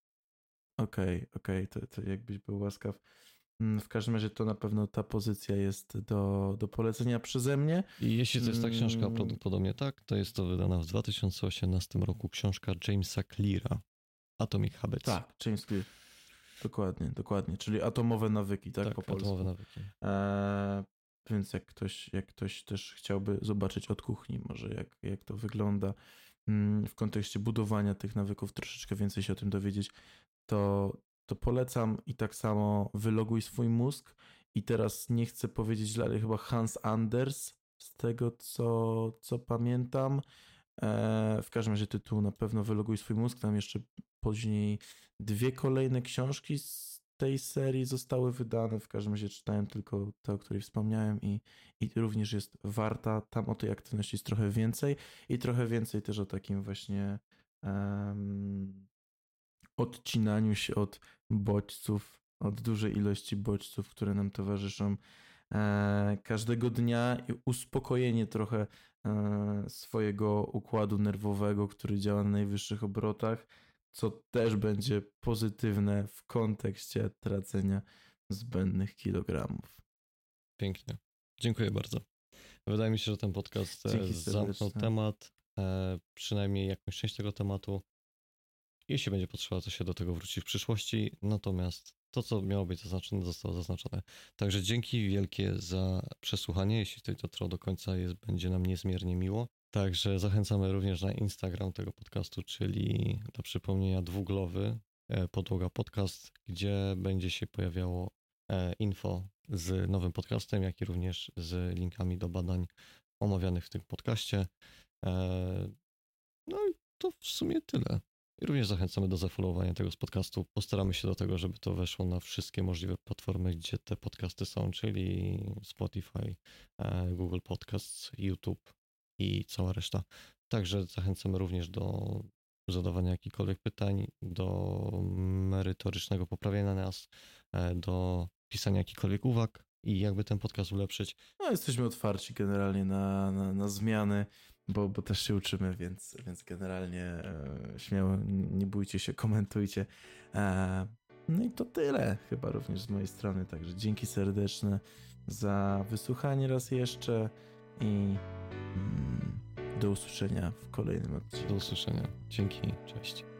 Okej, okay, okej, okay. to, to jakbyś był łaskaw. W każdym razie to na pewno ta pozycja jest do, do polecenia przeze mnie. I jeśli to jest ta książka prawdopodobnie tak, to jest to wydana w dwa tysiące osiemnastym roku książka Jamesa Cleara, Atomic Habits. Tak, James Clear. Dokładnie, dokładnie. Czyli atomowe nawyki, tak, tak po polsku. Atomowe nawyki. E, więc jak ktoś, jak ktoś też chciałby zobaczyć od kuchni może jak, jak to wygląda w kontekście budowania tych nawyków, troszeczkę więcej się o tym dowiedzieć, to, to polecam i tak samo Wyloguj swój mózg. I teraz nie chcę powiedzieć źle, ale chyba Hans Anders, z tego co, co pamiętam. E, w każdym razie tytuł na pewno Wyloguj swój mózg. Tam jeszcze później dwie kolejne książki z tej serii zostały wydane. W każdym razie czytałem tylko tę, o której wspomniałem i, i również jest warta. Tam o tej aktywności jest trochę więcej i trochę więcej też o takim właśnie um, odcinaniu się od bodźców, od dużej ilości bodźców, które nam towarzyszą e, każdego dnia i uspokojenie trochę e, swojego układu nerwowego, który działa na najwyższych obrotach, co też będzie pozytywne w kontekście tracenia zbędnych kilogramów. Pięknie. Dziękuję bardzo. Wydaje mi się, że ten podcast Dzięki zamknął serdecznie. temat, e, przynajmniej jakąś część tego tematu. Jeśli będzie potrzeba, to się do tego wróci w przyszłości, natomiast to, co miało być zaznaczone, zostało zaznaczone. Także dzięki wielkie za przesłuchanie. Jeśli ktoś dotrwał do końca, jest, będzie nam niezmiernie miło. Także zachęcamy również na Instagram tego podcastu, czyli do przypomnienia dwuglowy Podłoga Podcast, gdzie będzie się pojawiało info z nowym podcastem, jak i również z linkami do badań omawianych w tym podcaście. No i to w sumie tyle. I również zachęcamy do zafollowowania tego z podcastu. Postaramy się do tego, żeby to weszło na wszystkie możliwe platformy, gdzie te podcasty są, czyli Spotify, Google Podcasts, YouTube i cała reszta. Także zachęcamy również do zadawania jakichkolwiek pytań, do merytorycznego poprawienia nas, do pisania jakichkolwiek uwag i jakby ten podcast ulepszyć. No, jesteśmy otwarci generalnie na, na, na zmiany, bo, bo też się uczymy, więc, więc generalnie e, śmiało, nie bójcie się, komentujcie. E, no i to tyle chyba również z mojej strony, także dzięki serdeczne za wysłuchanie raz jeszcze i mm, do usłyszenia w kolejnym odcinku. Do usłyszenia. Dzięki, cześć.